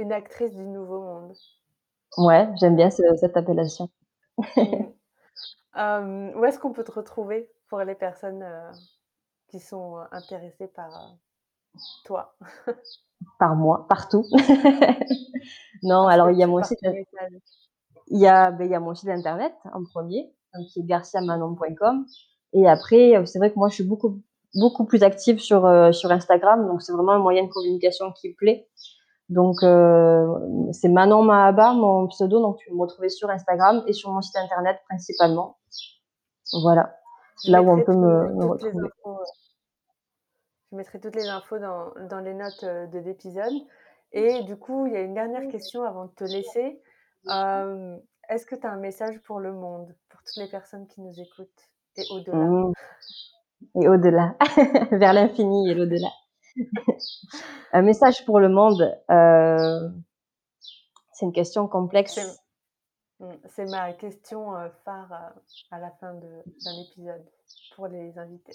Une actrice du nouveau monde. Ouais, j'aime bien ce cette appellation. Mmh. Hem, où est-ce qu'on peut te retrouver pour les personnes, heu, qui sont, heu, intéressées par, heu, toi? Par moi, partout. Non, Parce que alors il y a tu mon site partages tes messages. il y a, beh, il y a mon site internet en premier, donc qui est Mmh. garciamanon point com et après, heu, c'est vrai que moi je suis beaucoup beaucoup plus active sur, heu, sur Instagram, donc c'est vraiment un moyen de communication qui me plaît. Donc heu, c'est Manon Mahaba, mon pseudo, donc tu peux me retrouver sur Instagram et sur mon site internet principalement. Voilà, Je là où on mettrai peut tout me me toutes les retrouver. infos, heu, je mettrai toutes les infos dans dans les notes, heu, de l'épisode et du coup, il y a une dernière question avant de te laisser. Hem, est-ce que tu as un message pour le monde, pour toutes les personnes qui nous écoutent et au-delà? Mmh et au-delà, vers l'infini et l'au-delà. Un message pour le monde, heu, c'est une question C'est complexe. mmh, c'est ma question, heu, phare, heu, à la fin de d'un épisode pour les invités.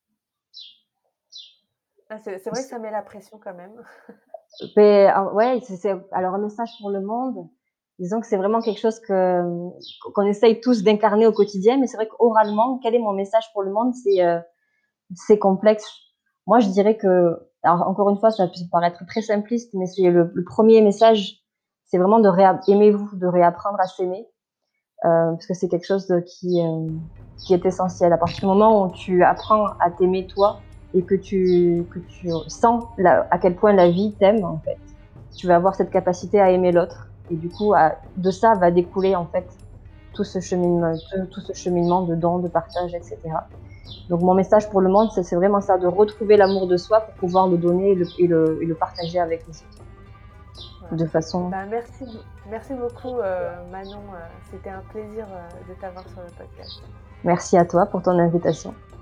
Ah, c'est c'est vrai que ça met la pression quand même. Beh, alors ouais, c'est c'est alors un message pour le monde, disons que c'est vraiment quelque chose que, mmh, qu'on essaye tous d'incarner au quotidien, mais c'est vrai qu'oralement, quel est mon message pour le monde? C'est, heu, c'est complexe. Moi, je dirais que alors encore une fois, ça peut paraître très simpliste, mais c'est le le premier message, c'est vraiment de réa aimez-vous, de réapprendre à s'aimer, heu, parce que c'est quelque chose de qui, hem, qui est essentiel. À partir du moment où tu apprends à t'aimer toi et que tu que tu sens la à quel point la vie t'aime, en fait, tu vas avoir cette capacité à aimer l'autre et du coup, à de ça va découler, en fait, tout ce cheminement tout tout ce cheminement de don, de partage et cetera. Donc mon message pour le monde, c'est c'est vraiment ça, de retrouver l'amour de soi pour pouvoir le donner et le et le et le partager avec les autres, Voilà. de façon Bah, merci b merci beaucoup, heu, Manon, heu, c'était un plaisir, heu, de t'avoir sur le podcast. merci à toi pour ton invitation.